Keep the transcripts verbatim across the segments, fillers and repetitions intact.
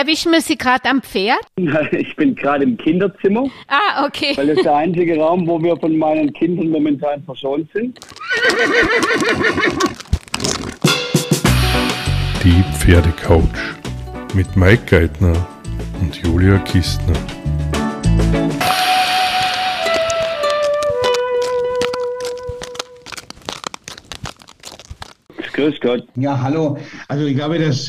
erwischen wir Sie gerade am Pferd? Ich bin gerade im Kinderzimmer. Ah, okay. Weil das ist der einzige Raum, wo wir von meinen Kindern momentan verschont sind. Die Pferdecouch mit Mike Geithner und Julia Kistner. Grüß Gott. Ja, hallo. Also ich glaube, dass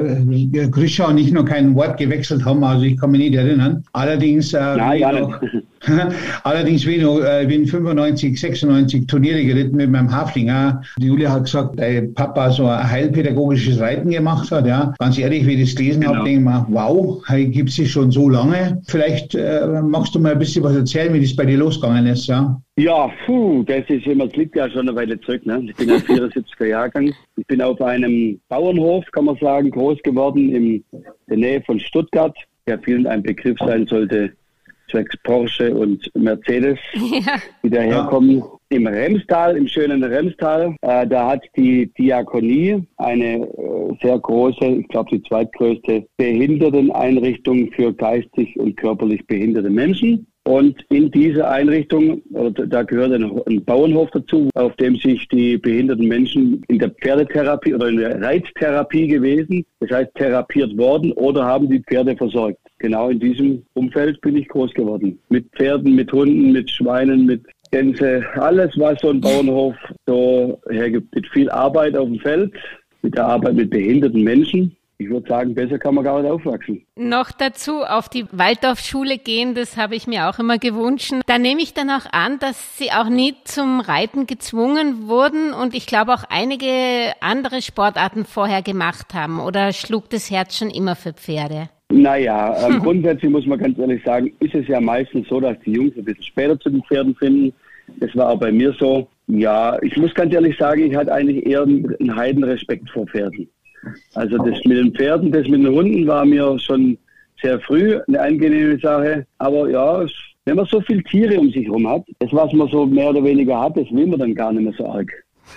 äh, Grisha und ich noch kein Wort gewechselt haben. Also ich kann mich nicht erinnern. Allerdings, äh, Nein, ja noch, allerdings bin ich noch, äh, bin fünfundneunzig, sechsundneunzig Turniere geritten mit meinem Haflinger. Die Julia hat gesagt, dein Papa so ein heilpädagogisches Reiten gemacht hat. Ja, ganz ehrlich, wie ich das gelesen genau. habe, denke ich mir, wow, gibt es schon so lange. Vielleicht äh, magst du mal ein bisschen was erzählen, wie das bei dir losgegangen ist, ja? Ja, puh, das ist immer, das liegt ja schon eine Weile zurück, ne? Ich bin ein vierundsiebziger Jahrgang. Ich bin auf einem Bauernhof, kann man sagen, groß geworden in der Nähe von Stuttgart, der vielen ein Begriff sein sollte, zwecks Porsche und Mercedes, ja. die daherkommen. Ja. Im Remstal, im schönen Remstal, äh, da hat die Diakonie eine äh, sehr große, ich glaube die zweitgrößte Behinderteneinrichtung für geistig und körperlich behinderte Menschen. Und in diese Einrichtung, da gehört ein, ein Bauernhof dazu, auf dem sich die behinderten Menschen in der Pferdetherapie oder in der Reittherapie gewesen, das heißt therapiert worden oder haben die Pferde versorgt. Genau in diesem Umfeld bin ich groß geworden. Mit Pferden, mit Hunden, mit Schweinen, mit Gänse, alles, was so ein Bauernhof so hergibt. Mit viel Arbeit auf dem Feld, mit der Arbeit mit behinderten Menschen. Ich würde sagen, besser kann man gar nicht aufwachsen. Noch dazu auf die Waldorfschule gehen, das habe ich mir auch immer gewünscht. Da nehme ich dann auch an, dass Sie auch nie zum Reiten gezwungen wurden und ich glaube auch einige andere Sportarten vorher gemacht haben. Oder schlug das Herz schon immer für Pferde? Naja, ähm, grundsätzlich muss man ganz ehrlich sagen, ist es ja meistens so, dass die Jungs ein bisschen später zu den Pferden finden. Das war auch bei mir so. Ja, ich muss ganz ehrlich sagen, ich hatte eigentlich eher einen Heidenrespekt vor Pferden. Also das mit den Pferden, das mit den Hunden war mir schon sehr früh eine angenehme Sache. Aber ja, wenn man so viele Tiere um sich herum hat, das, was man so mehr oder weniger hat, das will man dann gar nicht mehr so arg.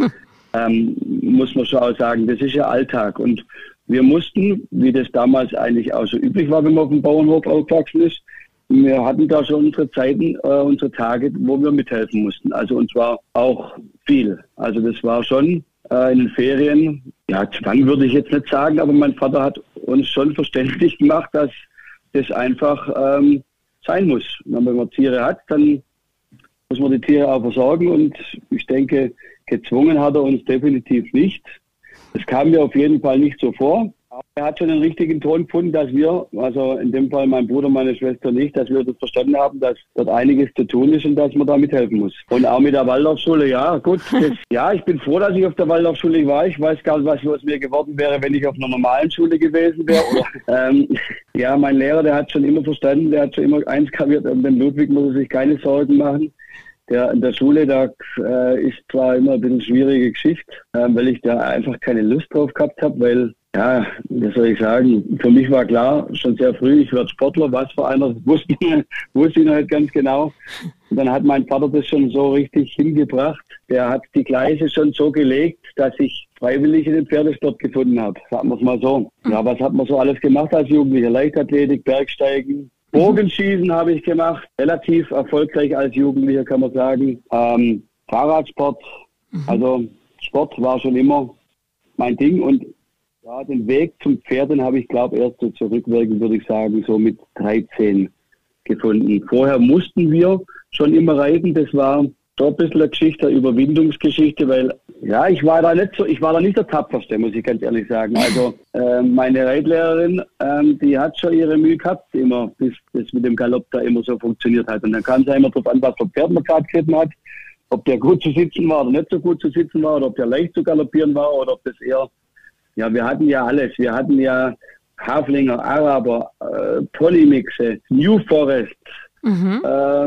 ähm, muss man schon auch sagen, das ist ja Alltag. Und wir mussten, wie das damals eigentlich auch so üblich war, wenn man auf dem Bauernhof aufgewachsen ist, wir hatten da schon unsere Zeiten, äh, unsere Tage, wo wir mithelfen mussten. Also und zwar auch viel. Also das war schon äh, in den Ferien, ja, Zwang würde ich jetzt nicht sagen, aber mein Vater hat uns schon verständlich gemacht, dass das einfach ähm, sein muss. Und wenn man Tiere hat, dann muss man die Tiere auch versorgen und ich denke, gezwungen hat er uns definitiv nicht. Das kam mir auf jeden Fall nicht so vor. Aber er hat schon den richtigen Ton gefunden, dass wir, also in dem Fall mein Bruder, meine Schwester nicht, dass wir das verstanden haben, dass dort einiges zu tun ist und dass man da mithelfen muss. Und auch mit der Waldorfschule, ja gut, das, ja, ich bin froh, dass ich auf der Waldorfschule war. Ich weiß gar nicht, was aus mir geworden wäre, wenn ich auf einer normalen Schule gewesen wäre. Oder, ähm, ja, mein Lehrer, der hat schon immer verstanden, der hat schon immer eins kapiert, um den Ludwig muss er sich keine Sorgen machen. Der in der Schule, da äh, ist zwar immer ein bisschen schwierige Geschichte, äh, weil ich da einfach keine Lust drauf gehabt habe, weil, ja, wie soll ich sagen, für mich war klar, schon sehr früh, ich werde Sportler, was für einer, das wusste, wusste ich noch nicht ganz genau. Und dann hat mein Vater das schon so richtig hingebracht. Der hat die Gleise schon so gelegt, dass ich freiwillig in den Pferdesport gefunden habe, sagen wir es mal so. Ja, was hat man so alles gemacht als Jugendlicher? Leichtathletik, Bergsteigen, Bogenschießen habe ich gemacht, relativ erfolgreich als Jugendlicher, kann man sagen. Ähm, Fahrradsport, also Sport war schon immer mein Ding. Und ja, den Weg zum Pferden habe ich, glaube ich, erst so zurückwirkend, würde ich sagen, so mit dreizehn gefunden. Vorher mussten wir schon immer reiten, das war so ein bisschen eine Geschichte, eine Überwindungsgeschichte, weil ja, ich war da nicht so, ich war da nicht der Tapferste, muss ich ganz ehrlich sagen. Also äh, meine Reitlehrerin, ähm, die hat schon ihre Mühe gehabt, immer, bis das mit dem Galopp da immer so funktioniert hat. Und dann kam es ja immer darauf an, was für Pferd man gerade geritten hat, ob der gut zu sitzen war oder nicht so gut zu sitzen war, oder ob der leicht zu galoppieren war, oder ob das eher, ja, wir hatten ja alles. Wir hatten ja Haflinger, Araber, äh, Polymixe, New Forest, mhm.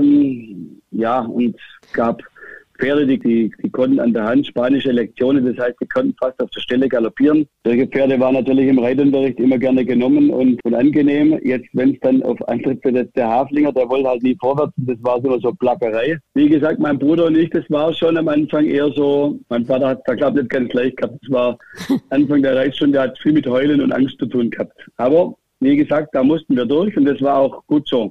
ähm, ja, und gab Pferde, die, die, die konnten an der Hand spanische Lektionen, das heißt, die konnten fast auf der Stelle galoppieren. Solche Pferde waren natürlich im Reitunterricht immer gerne genommen und, und angenehm. Jetzt, wenn es dann auf Antritt für das, der Haflinger, der wollte halt nie vorwärts, das war so so Plackerei. Wie gesagt, mein Bruder und ich, das war schon am Anfang eher so, mein Vater hat da, glaube ich, nicht ganz leicht gehabt. Das war Anfang der Reitstunde, der hat viel mit Heulen und Angst zu tun gehabt. Aber wie gesagt, da mussten wir durch und das war auch gut so.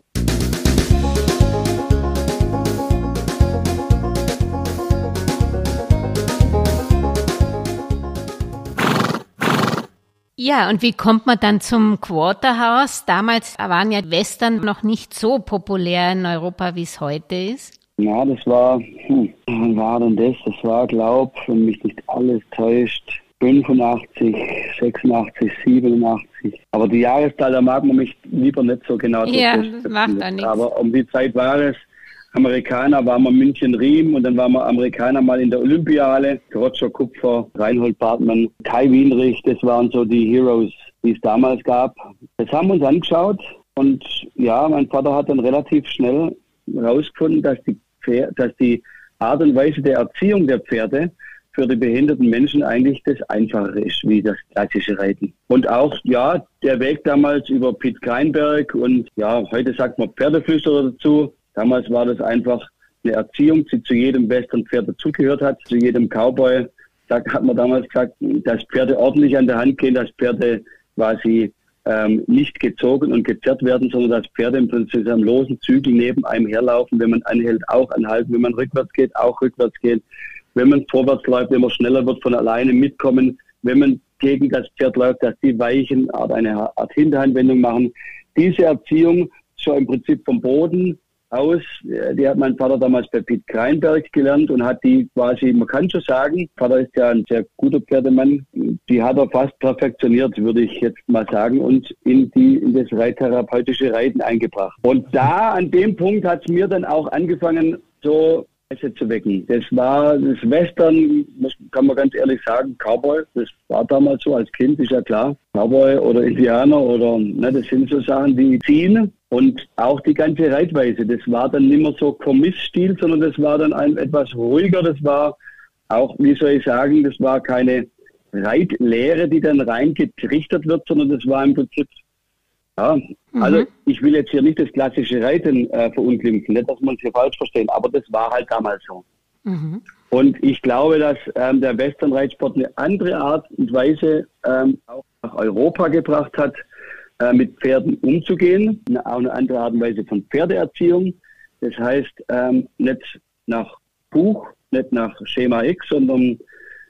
Ja, und wie kommt man dann zum Quarterhorse? Damals waren ja Western noch nicht so populär in Europa, wie es heute ist. Ja, das war, hm, wann war denn das? Das war, glaub, wenn mich nicht alles täuscht, fünfundachtzig, sechsundachtzig, siebenundachtzig. Aber die Jahreszahl, da mag man mich lieber nicht so genau. Ja, das macht auch nichts. Aber um die Zeit war es. Amerikaner waren wir München-Riem und dann waren wir Amerikaner mal in der Olympiahalle. Roger Kupfer, Reinhold Bartmann, Kai Wienrich, das waren so die Heroes, die es damals gab. Das haben wir uns angeschaut und ja, mein Vater hat dann relativ schnell herausgefunden, dass die, Pferde, dass die Art und Weise der Erziehung der Pferde für die behinderten Menschen eigentlich das Einfachere ist, wie das klassische Reiten. Und auch, ja, der Weg damals über Piet Kleinberg und ja, heute sagt man Pferdeflüsterer dazu. Damals war das einfach eine Erziehung, die zu jedem Westernpferd dazugehört hat, zu jedem Cowboy. Da hat man damals gesagt, dass Pferde ordentlich an der Hand gehen, dass Pferde quasi ähm, nicht gezogen und gezerrt werden, sondern dass Pferde im Prinzip am losen Zügel neben einem herlaufen. Wenn man anhält, auch anhalten. Wenn man rückwärts geht, auch rückwärts gehen. Wenn man vorwärts läuft, wenn man schneller wird, von alleine mitkommen. Wenn man gegen das Pferd läuft, dass die weichen, eine Art Hinterhandwendung machen. Diese Erziehung, so im Prinzip vom Boden aus, die hat mein Vater damals bei Piet Kleinberg gelernt und hat die quasi, man kann schon sagen, Vater ist ja ein sehr guter Pferdemann, die hat er fast perfektioniert, würde ich jetzt mal sagen, und in die in das reittherapeutische Reiten eingebracht. Und da, an dem Punkt, hat es mir dann auch angefangen, so zu wecken. Das war das Western, das kann man ganz ehrlich sagen, Cowboy, das war damals so als Kind, ist ja klar. Cowboy oder Indianer oder, ne, das sind so Sachen, die ziehen. Und auch die ganze Reitweise, das war dann nicht mehr so Kommissstil, sondern das war dann ein etwas ruhiger, das war auch, wie soll ich sagen, das war keine Reitlehre, die dann rein getrichtert wird, sondern das war im Prinzip, ja, mhm. Also ich will jetzt hier nicht das klassische Reiten äh, verunglimpfen, nicht, dass man es hier falsch verstehen, aber das war halt damals so. Mhm. Und ich glaube, dass ähm, der Westernreitsport eine andere Art und Weise ähm, auch nach Europa gebracht hat, mit Pferden umzugehen, auch eine andere Art und Weise von Pferdeerziehung. Das heißt, ähm, nicht nach Buch, nicht nach Schema X, sondern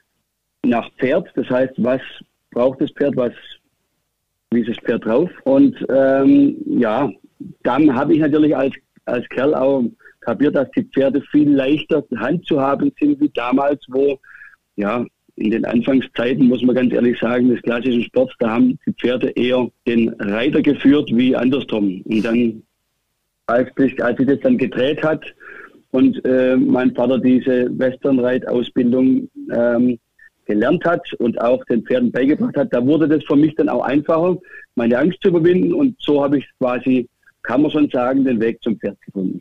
nach Pferd. Das heißt, was braucht das Pferd, was, wie ist das Pferd drauf? Und ähm, ja, dann habe ich natürlich als, als Kerl auch kapiert, dass die Pferde viel leichter Hand zu haben sind wie damals, wo, ja, in den Anfangszeiten, muss man ganz ehrlich sagen, des klassischen Sports, da haben die Pferde eher den Reiter geführt wie andersrum. Und dann, als, als sich das dann gedreht hat und äh, mein Vater diese Westernreitausbildung ähm, gelernt hat und auch den Pferden beigebracht hat, da wurde das für mich dann auch einfacher, meine Angst zu überwinden. Und so habe ich quasi, kann man schon sagen, den Weg zum Pferd gefunden.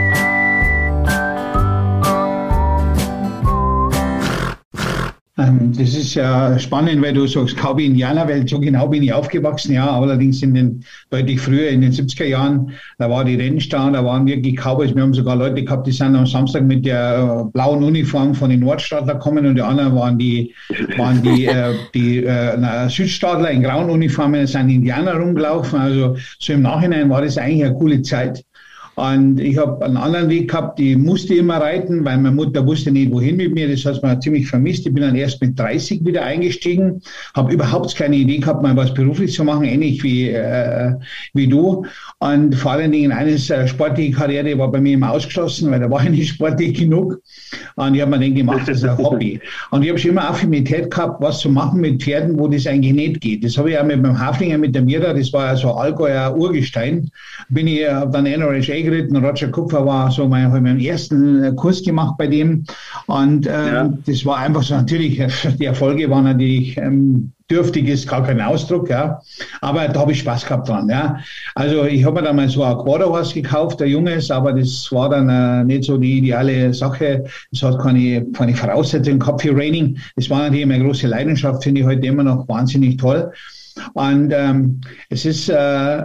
Das ist ja spannend, weil du sagst Cowboy-Indianer, weil so genau bin ich aufgewachsen, ja, allerdings in den, deutlich früher, in den siebziger Jahren, da war die Rennstau, da waren wirklich Cowboys, wir haben sogar Leute gehabt, die sind am Samstag mit der blauen Uniform von den Nordstaatler gekommen und die anderen waren die, waren die, äh, die äh, Südstaatler in grauen Uniformen, da sind Indianer rumgelaufen, also so im Nachhinein war das eigentlich eine coole Zeit. Und ich habe einen anderen Weg gehabt, ich musste immer reiten, weil meine Mutter wusste nicht, wohin mit mir. Das hat man ziemlich vermisst. Ich bin dann erst mit dreißig wieder eingestiegen, habe überhaupt keine Idee gehabt, mal was beruflich zu machen, ähnlich wie äh, wie du. Und vor allen Dingen eine äh, sportliche Karriere war bei mir immer ausgeschlossen, weil da war ich nicht sportlich genug. Und ich habe mir gedacht, ich mache das ein Hobby. Und ich habe schon immer Affinität gehabt, was zu machen mit Pferden, wo das eigentlich nicht geht. Das habe ich auch mit meinem Haflinger, mit der Mira, das war ja so Allgäuer Urgestein, bin ich äh, dann N R H A geritten. Roger Kupfer war so mein, habe meinen ersten Kurs gemacht bei dem. Und ähm, ja. Das war einfach so, natürlich, die Erfolge waren natürlich ähm, dürftig, ist gar kein Ausdruck, ja. Aber da habe ich Spaß gehabt dran, ja. Also ich habe mir dann mal so ein Quarterhorse gekauft, der Junges, aber das war dann äh, nicht so die ideale Sache. Es hat keine, keine Voraussetzungen gehabt für Reining. Das war natürlich eine große Leidenschaft, finde ich heute immer noch wahnsinnig toll. Und ähm, es ist äh,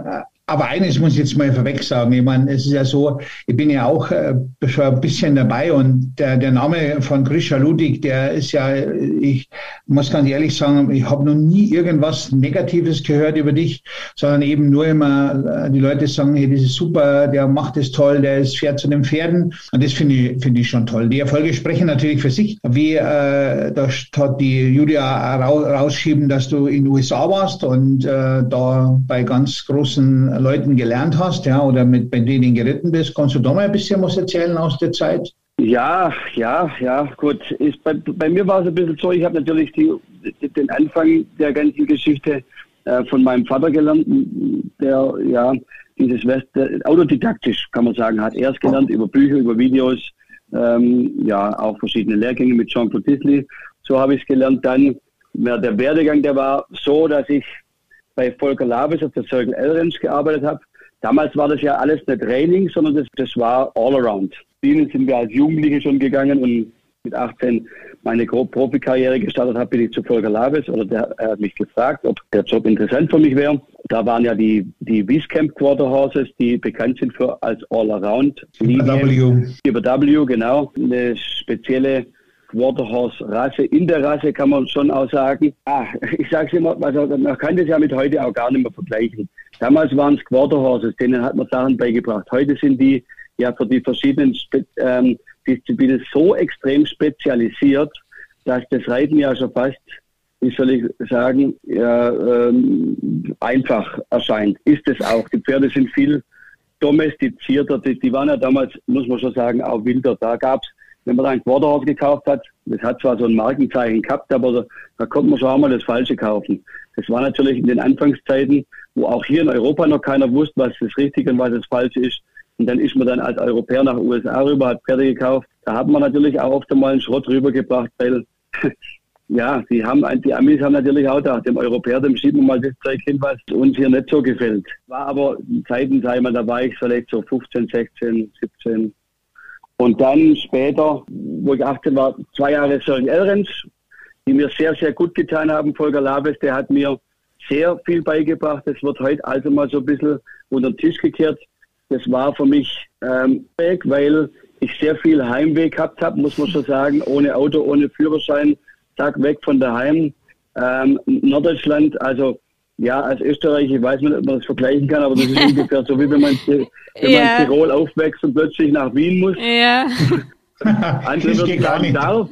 Aber eines muss ich jetzt mal vorweg sagen. Ich meine, es ist ja so, ich bin ja auch äh, schon ein bisschen dabei und der, der Name von Grisha Ludig, der ist ja, ich muss ganz ehrlich sagen, ich habe noch nie irgendwas Negatives gehört über dich, sondern eben nur immer, äh, die Leute sagen, hey, das ist super, der macht es toll, der ist fährt zu den Pferden und das finde ich, finde ich schon toll. Die Erfolge sprechen natürlich für sich. Wie äh, da hat die Julia rausschieben, dass du in den U S A warst und äh, da bei ganz großen Leuten gelernt hast, ja, oder mit bei denen geritten bist. Kannst du da mal ein bisschen was erzählen aus der Zeit? Ja, ja, ja, gut. Ist bei, bei mir war es ein bisschen so, ich habe natürlich die, den Anfang der ganzen Geschichte äh, von meinem Vater gelernt, der ja dieses West, äh, autodidaktisch, kann man sagen, hat erst gelernt über Bücher, über Videos, ähm, ja, auch verschiedene Lehrgänge mit Jean-Claude Disley. So habe ich es gelernt. Dann, der Werdegang, der war so, dass ich bei Volker Labes auf der Circle L Ranch gearbeitet habe. Damals war das ja alles nicht Training, sondern das, das war all around. Spielen sind wir als Jugendliche schon gegangen und mit achtzehn meine Profikarriere gestartet habe, bin ich zu Volker Labes oder der er hat mich gefragt, ob der Job interessant für mich wäre. Da waren ja die, die Wiescamp Quarter Horses, die bekannt sind für als All Around. W. Über W, genau. Eine spezielle Quarterhorse-Rasse. In der Rasse kann man schon auch sagen, ah, ich sage es immer, also man kann das ja mit heute auch gar nicht mehr vergleichen. Damals waren es Quarterhorses, denen hat man Sachen beigebracht. Heute sind die ja für die verschiedenen Spe ähm, Disziplinen so extrem spezialisiert, dass das Reiten ja schon fast, wie soll ich sagen, ja, ähm, einfach erscheint. Ist es auch. Die Pferde sind viel domestizierter. Die, die waren ja damals, muss man schon sagen, auch wilder. Da gab es, wenn man da ein Quarterhorse gekauft hat, das hat zwar so ein Markenzeichen gehabt, aber da, da konnte man schon auch mal das Falsche kaufen. Das war natürlich in den Anfangszeiten, wo auch hier in Europa noch keiner wusste, was das Richtige und was das Falsche ist. Und dann ist man dann als Europäer nach U S A rüber, hat Pferde gekauft. Da hat man natürlich auch oft einmal einen Schrott rübergebracht, weil ja, die haben, die Amis haben natürlich auch gedacht, dem Europäer, dem schieben wir mal das Zeug hin, was uns hier nicht so gefällt. War aber Zeiten, sag ich mal, da war ich vielleicht so fünfzehn, sechzehn, siebzehn. Und dann später, wo ich achtzehn war, zwei Jahre Circle L Ranch, die mir sehr, sehr gut getan haben. Volker Labes, der hat mir sehr viel beigebracht. Das wird heute also mal so ein bisschen unter den Tisch gekehrt. Das war für mich ähm, weg, weil ich sehr viel Heimweg gehabt habe, muss man schon sagen, ohne Auto, ohne Führerschein, zack, weg von daheim. Ähm, Norddeutschland, also ja, als Österreicher, ich weiß nicht, ob man das vergleichen kann, aber das ist ungefähr so, wie wenn man, wenn ja. man in Tirol aufwächst und plötzlich nach Wien muss. Ja. Andere würden sagen, darf.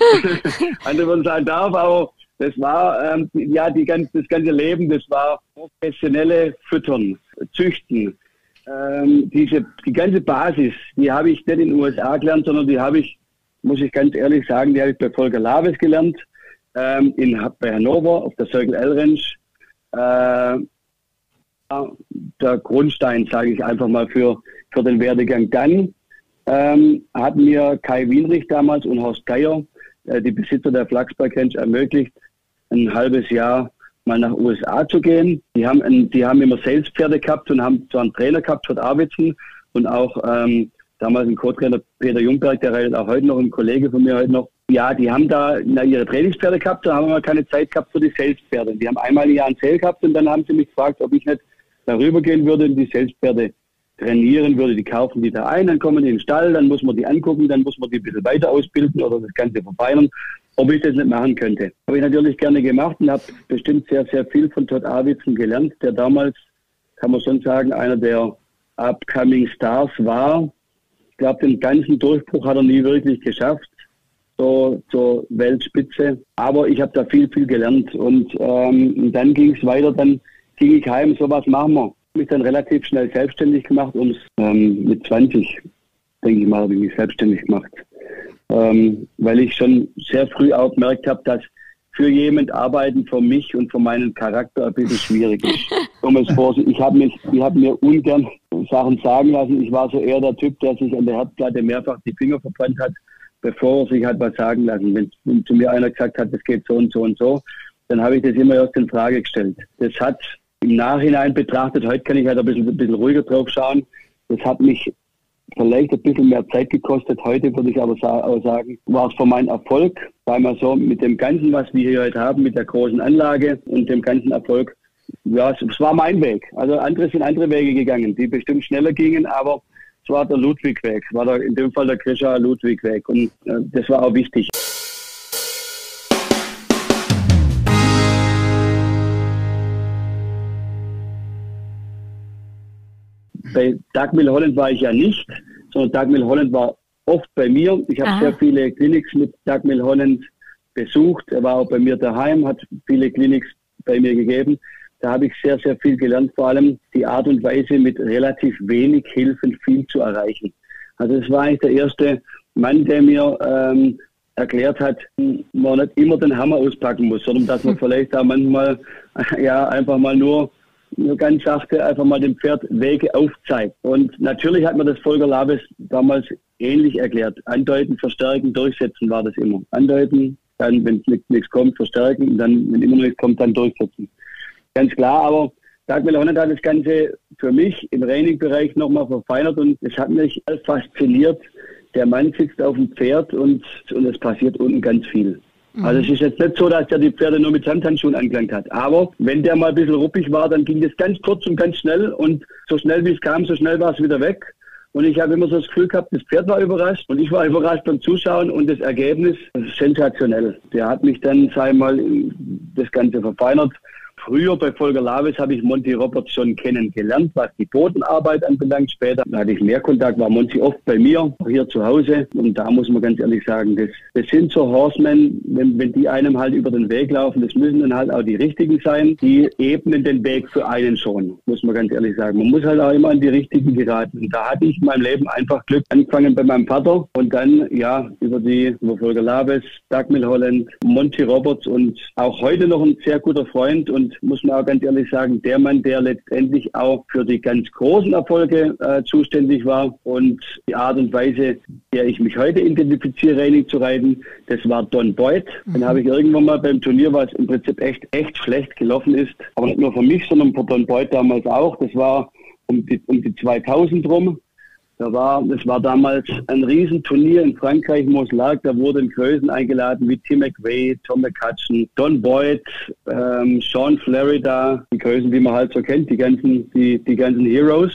Andere würden sagen, darf, aber das war, ähm, ja, die ganz, das ganze Leben, das war professionelle Füttern, Züchten. Ähm, diese, die ganze Basis, die habe ich nicht in den U S A gelernt, sondern die habe ich, muss ich ganz ehrlich sagen, die habe ich bei Volker Labes gelernt, ähm, in, bei Hannover auf der Circle L Ranch. Äh, der Grundstein, sage ich einfach mal, für, für den Werdegang. Dann ähm, hat mir Kai Wienrich damals und Horst Geier, äh, die Besitzer der Flachsberg Ranch, ermöglicht, ein halbes Jahr mal nach U S A zu gehen. Die haben, ein, die haben immer Salespferde gehabt und haben zwar einen Trainer gehabt, Todd Arvidsson, und auch ähm, damals ein Co-Trainer Peter Jungberg, der reitet auch heute noch, ein Kollege von mir heute noch. Ja, die haben da na, ihre Trainingspferde gehabt, da haben wir keine Zeit gehabt für die Salespferde. Die haben einmal im Jahr ein Sale gehabt und dann haben sie mich gefragt, ob ich nicht darüber gehen würde und die Salespferde trainieren würde. Die kaufen die da ein, dann kommen die in den Stall, dann muss man die angucken, dann muss man die ein bisschen weiter ausbilden oder das Ganze verfeinern, ob ich das nicht machen könnte. Habe ich natürlich gerne gemacht und habe bestimmt sehr, sehr viel von Todd Arvidsson gelernt, der damals, kann man schon sagen, einer der upcoming Stars war. Ich glaube, den ganzen Durchbruch hat er nie wirklich geschafft, so zur Weltspitze. Aber ich habe da viel, viel gelernt. Und ähm, dann ging es weiter, dann ging ich heim, so was machen wir. Ich habe mich dann relativ schnell selbstständig gemacht, ums ähm, mit zwanzig, denke ich mal, habe ich mich selbstständig gemacht. Ähm, weil ich schon sehr früh auch gemerkt habe, dass für jemand arbeiten für mich und für meinen Charakter ein bisschen schwierig ist. Um es vorzustellen, ich habe mich, ich habe mir ungern Sachen sagen lassen. Ich war so eher der Typ, der sich an der Herdplatte mehrfach die Finger verbrannt hat, bevor er sich hat was sagen lassen. Wenn, wenn zu mir einer gesagt hat, das geht so und so und so, dann habe ich das immer erst in Frage gestellt. Das hat im Nachhinein betrachtet, heute kann ich halt ein bisschen, ein bisschen ruhiger drauf schauen, das hat mich vielleicht ein bisschen mehr Zeit gekostet. Heute würde ich aber auch sagen, war es für meinen Erfolg, weil man so mit dem Ganzen, was wir hier heute haben, mit der großen Anlage und dem ganzen Erfolg, ja, es war mein Weg. Also andere sind andere Wege gegangen, die bestimmt schneller gingen, aber es war der Ludwig-Weg. Es war der, in dem Fall der Grisha Ludwig-Weg. Und äh, das war auch wichtig. Bei Doug Milholland war ich ja nicht, sondern Doug Milholland war oft bei mir. Ich habe sehr viele Clinics mit Doug Milholland besucht. Er war auch bei mir daheim, hat viele Clinics bei mir gegeben. Da habe ich sehr, sehr viel gelernt, vor allem die Art und Weise, mit relativ wenig Hilfen viel zu erreichen. Also es war eigentlich der erste Mann, der mir ähm, erklärt hat, man nicht immer den Hammer auspacken muss, sondern dass man vielleicht auch manchmal ja einfach mal nur nur ganz sachte einfach mal dem Pferd Wege aufzeigt. Und natürlich hat mir das Volker Labes damals ähnlich erklärt. Andeuten, verstärken, durchsetzen war das immer. Andeuten, dann, wenn nichts kommt, verstärken, und dann, wenn immer noch nichts kommt, dann durchsetzen. Ganz klar, aber Doug Milholland hat das Ganze für mich im Training-Bereich nochmal verfeinert und es hat mich fasziniert. Der Mann sitzt auf dem Pferd und, und es passiert unten ganz viel. Also es ist jetzt nicht so, dass der die Pferde nur mit Samthandschuhen angelangt hat. Aber wenn der mal ein bisschen ruppig war, dann ging das ganz kurz und ganz schnell. Und so schnell wie es kam, so schnell war es wieder weg. Und ich habe immer so das Gefühl gehabt, das Pferd war überrascht und ich war überrascht beim Zuschauen und das Ergebnis ist sensationell. Der hat mich dann, sag ich mal, das Ganze verfeinert. Früher bei Volker Labes habe ich Monty Roberts schon kennengelernt, was die Bodenarbeit anbelangt. Später hatte ich mehr Kontakt, war Monty oft bei mir, auch hier zu Hause. Und da muss man ganz ehrlich sagen, das, das sind so Horsemen, wenn, wenn die einem halt über den Weg laufen, das müssen dann halt auch die Richtigen sein, die ebnen den Weg für einen schon, muss man ganz ehrlich sagen. Man muss halt auch immer an die Richtigen geraten. Und da hatte ich in meinem Leben einfach Glück, angefangen bei meinem Vater und dann, ja, über die, über Volker Labes, Doug Milholland, Monty Roberts und auch heute noch ein sehr guter Freund und muss man auch ganz ehrlich sagen, der Mann, der letztendlich auch für die ganz großen Erfolge äh, zuständig war und die Art und Weise, der ich mich heute identifiziere, Reining zu reiten, das war Don Boyd. Mhm. Den habe ich irgendwann mal beim Turnier, was im Prinzip echt, echt schlecht gelaufen ist, aber nicht nur für mich, sondern für Don Boyd damals auch. Das war um die, um die zweitausend rum. Da war, das war damals ein Riesenturnier in Frankreich, Moselac. Da wurden Größen eingeladen wie Tim McVeigh, Tom McCutcheon, Don Boyd, ähm, Sean Florida, die Größen, die man halt so kennt, die ganzen, die, die ganzen Heroes.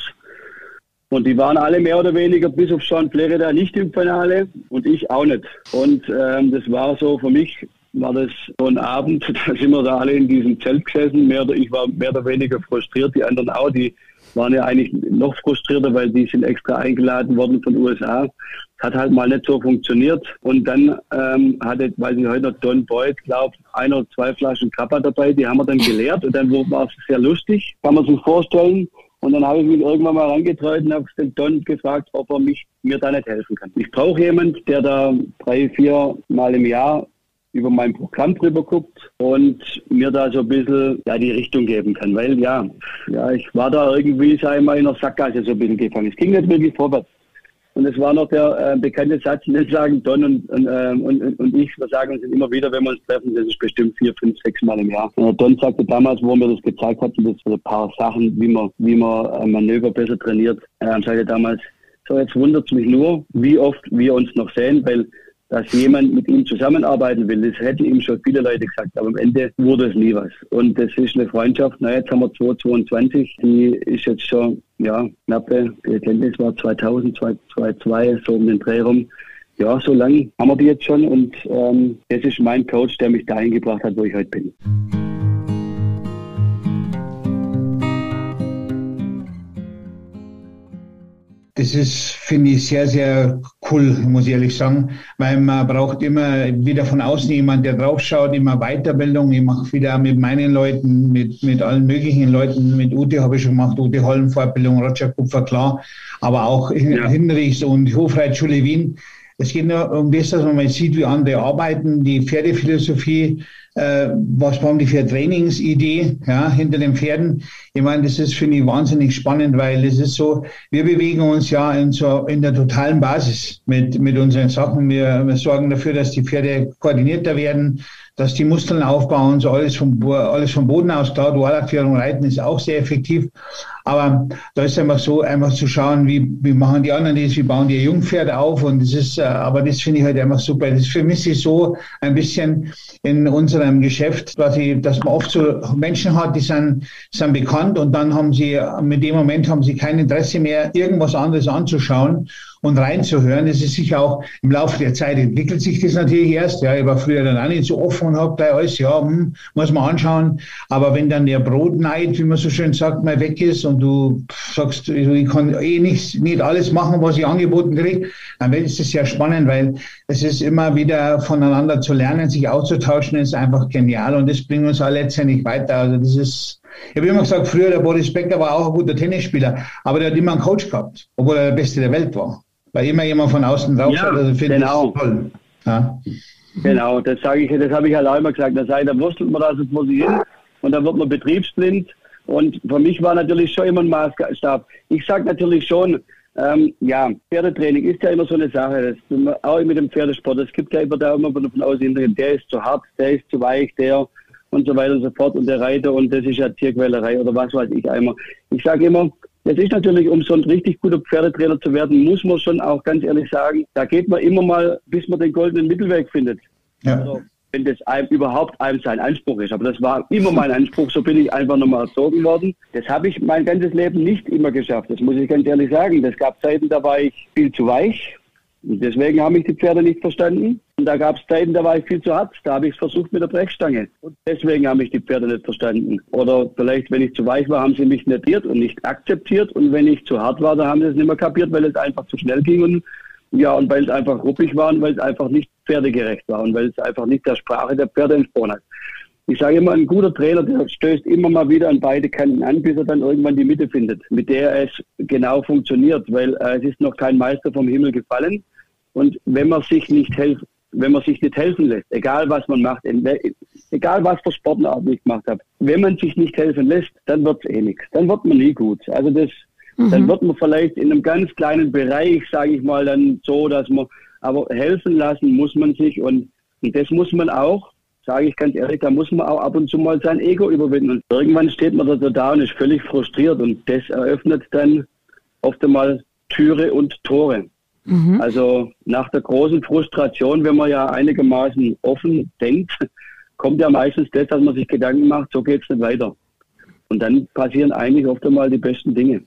Und die waren alle mehr oder weniger, bis auf Sean Florida, nicht im Finale und ich auch nicht. Und ähm, das war so für mich, war das so ein Abend, da sind wir da alle in diesem Zelt gesessen. Mehr oder, ich war mehr oder weniger frustriert, die anderen auch, die waren ja eigentlich noch frustrierter, weil die sind extra eingeladen worden von den U S A. Hat halt mal nicht so funktioniert. Und dann ähm, hatte, weiß ich heute noch, Don Boyd, glaube ich, ein oder zwei Flaschen Kappa dabei. Die haben wir dann geleert und dann war es sehr lustig, kann man sich vorstellen. Und dann habe ich mich irgendwann mal herangetreten und habe den Don gefragt, ob er mich, mir da nicht helfen kann. Ich brauche jemanden, der da drei, vier Mal im Jahr über mein Programm drüber guckt und mir da so ein bisschen ja, die Richtung geben kann. Weil ja, ja, ich war da irgendwie, sag ich mal, in der Sackgasse so ein bisschen gefangen. Es ging nicht wirklich vorwärts. Und es war noch der äh, bekannte Satz, den sagen Don und, und, äh, und, und ich, wir sagen uns immer wieder, wenn wir uns treffen, das ist bestimmt vier, fünf, sechs Mal im Jahr. Und Don sagte damals, wo er mir das gezeigt hat, das so ein paar Sachen, wie man, wie man äh, Manöver besser trainiert, äh, sagte damals, so jetzt wundert es mich nur, wie oft wir uns noch sehen, weil dass jemand mit ihm zusammenarbeiten will. Das hätten ihm schon viele Leute gesagt, aber am Ende wurde es nie was. Und das ist eine Freundschaft, na jetzt haben wir zweitausendzweiundzwanzig, die ist jetzt schon, ja, knappe, die Erkenntnis war zweitausend, zweitausendzwei, so um den Dreh rum. Ja, so lange haben wir die jetzt schon und ähm, das ist mein Coach, der mich dahin gebracht hat, wo ich heute bin. Das ist, finde ich, sehr, sehr cool, muss ich ehrlich sagen, weil man braucht immer wieder von außen jemand, der draufschaut, immer Weiterbildung. Ich mache wieder mit meinen Leuten, mit, mit allen möglichen Leuten, mit Ute habe ich schon gemacht, Ute Holm Fortbildung, Roger Kupfer, klar, aber auch ja. Hinrichs und Hofreitschule Wien. Es geht nur um das, dass man mal sieht, wie andere arbeiten, die Pferdephilosophie, äh, was haben die für Trainingsidee ja, hinter den Pferden. Ich meine, das ist, finde ich, wahnsinnig spannend, weil es ist so, wir bewegen uns ja in, so, in der totalen Basis mit, mit unseren Sachen. Wir, wir sorgen dafür, dass die Pferde koordinierter werden, dass die Muskeln aufbauen, so alles vom, alles vom Boden aus. Klar, Dualaufführung, Reiten ist auch sehr effektiv. Aber da ist einfach so, einfach zu schauen, wie, wie machen die anderen das, wie bauen die Jungpferde auf. Und das ist, aber das finde ich halt einfach super. Das vermisse ich so ein bisschen in unserem Geschäft, dass, ich, dass man oft so Menschen hat, die sind, sind bekannt und dann haben sie, mit dem Moment haben sie kein Interesse mehr, irgendwas anderes anzuschauen und reinzuhören. Das ist sicher auch im Laufe der Zeit entwickelt sich das natürlich erst. Ja, ich war früher dann auch nicht so offen und habe gleich alles, ja, hm, muss man anschauen. Aber wenn dann der Brotneid, wie man so schön sagt, mal weg ist und du sagst, ich kann eh nicht, nicht alles machen, was ich angeboten kriege, dann ist es sehr spannend, weil es ist immer wieder voneinander zu lernen, sich auszutauschen, ist einfach genial und das bringt uns auch letztendlich weiter. Also das ist, ich habe immer gesagt, früher der Boris Becker war auch ein guter Tennisspieler, aber der hat immer einen Coach gehabt, obwohl er der Beste der Welt war. Weil immer jemand von außen drauf ja, hat, also finde genau. ich toll. Ja. Genau, das sage ich, das habe ich halt auch immer gesagt. Da sei, da wurstelt man da so vor sich hin und dann wird man betriebsblind. Und für mich war natürlich schon immer ein Maßstab. Ich sage natürlich schon, ähm, ja, Pferdetraining ist ja immer so eine Sache. Das, auch mit dem Pferdesport. Es gibt ja immer da immer von außen, der ist zu hart, der ist zu weich, der und so weiter und so fort und der Reiter und das ist ja Tierquälerei oder was weiß ich einmal. Ich sage immer, das ist natürlich, um so ein richtig guter Pferdetrainer zu werden, muss man schon auch ganz ehrlich sagen, da geht man immer mal, bis man den goldenen Mittelweg findet. Ja. Also, wenn das einem, überhaupt einem sein Anspruch ist. Aber das war immer mein Anspruch, so bin ich einfach nochmal erzogen worden. Das habe ich mein ganzes Leben nicht immer geschafft, das muss ich ganz ehrlich sagen. Das gab Zeiten, da war ich viel zu weich. Und deswegen haben mich die Pferde nicht verstanden. Und da gab es Zeiten, da war ich viel zu hart. Da habe ich es versucht mit der Brechstange. Und deswegen haben mich die Pferde nicht verstanden. Oder vielleicht, wenn ich zu weich war, haben sie mich negiert und nicht akzeptiert. Und wenn ich zu hart war, da haben sie es nicht mehr kapiert, weil es einfach zu schnell ging. Und ja, und weil es einfach ruppig war und weil es einfach nicht pferdegerecht war. Und weil es einfach nicht der Sprache der Pferde entsprochen hat. Ich sage immer, ein guter Trainer, der stößt immer mal wieder an beide Kanten an, bis er dann irgendwann die Mitte findet, mit der es genau funktioniert. Weil äh, es ist noch kein Meister vom Himmel gefallen. Und wenn man sich nicht helfen, wenn man sich nicht helfen lässt, egal was man macht, egal was für Sportarten ich gemacht habe, wenn man sich nicht helfen lässt, dann wird es eh nichts. Dann wird man nie gut. Also das, mhm. dann wird man vielleicht in einem ganz kleinen Bereich, sage ich mal, dann so, dass man, aber helfen lassen muss man sich und, und das muss man auch, sage ich ganz ehrlich, da muss man auch ab und zu mal sein Ego überwinden. Und irgendwann steht man da da und ist völlig frustriert und das eröffnet dann oft einmal Türe und Tore. Mhm. Also nach der großen Frustration, wenn man ja einigermaßen offen denkt, kommt ja meistens das, dass man sich Gedanken macht, so geht's nicht weiter. Und dann passieren eigentlich oft einmal die besten Dinge.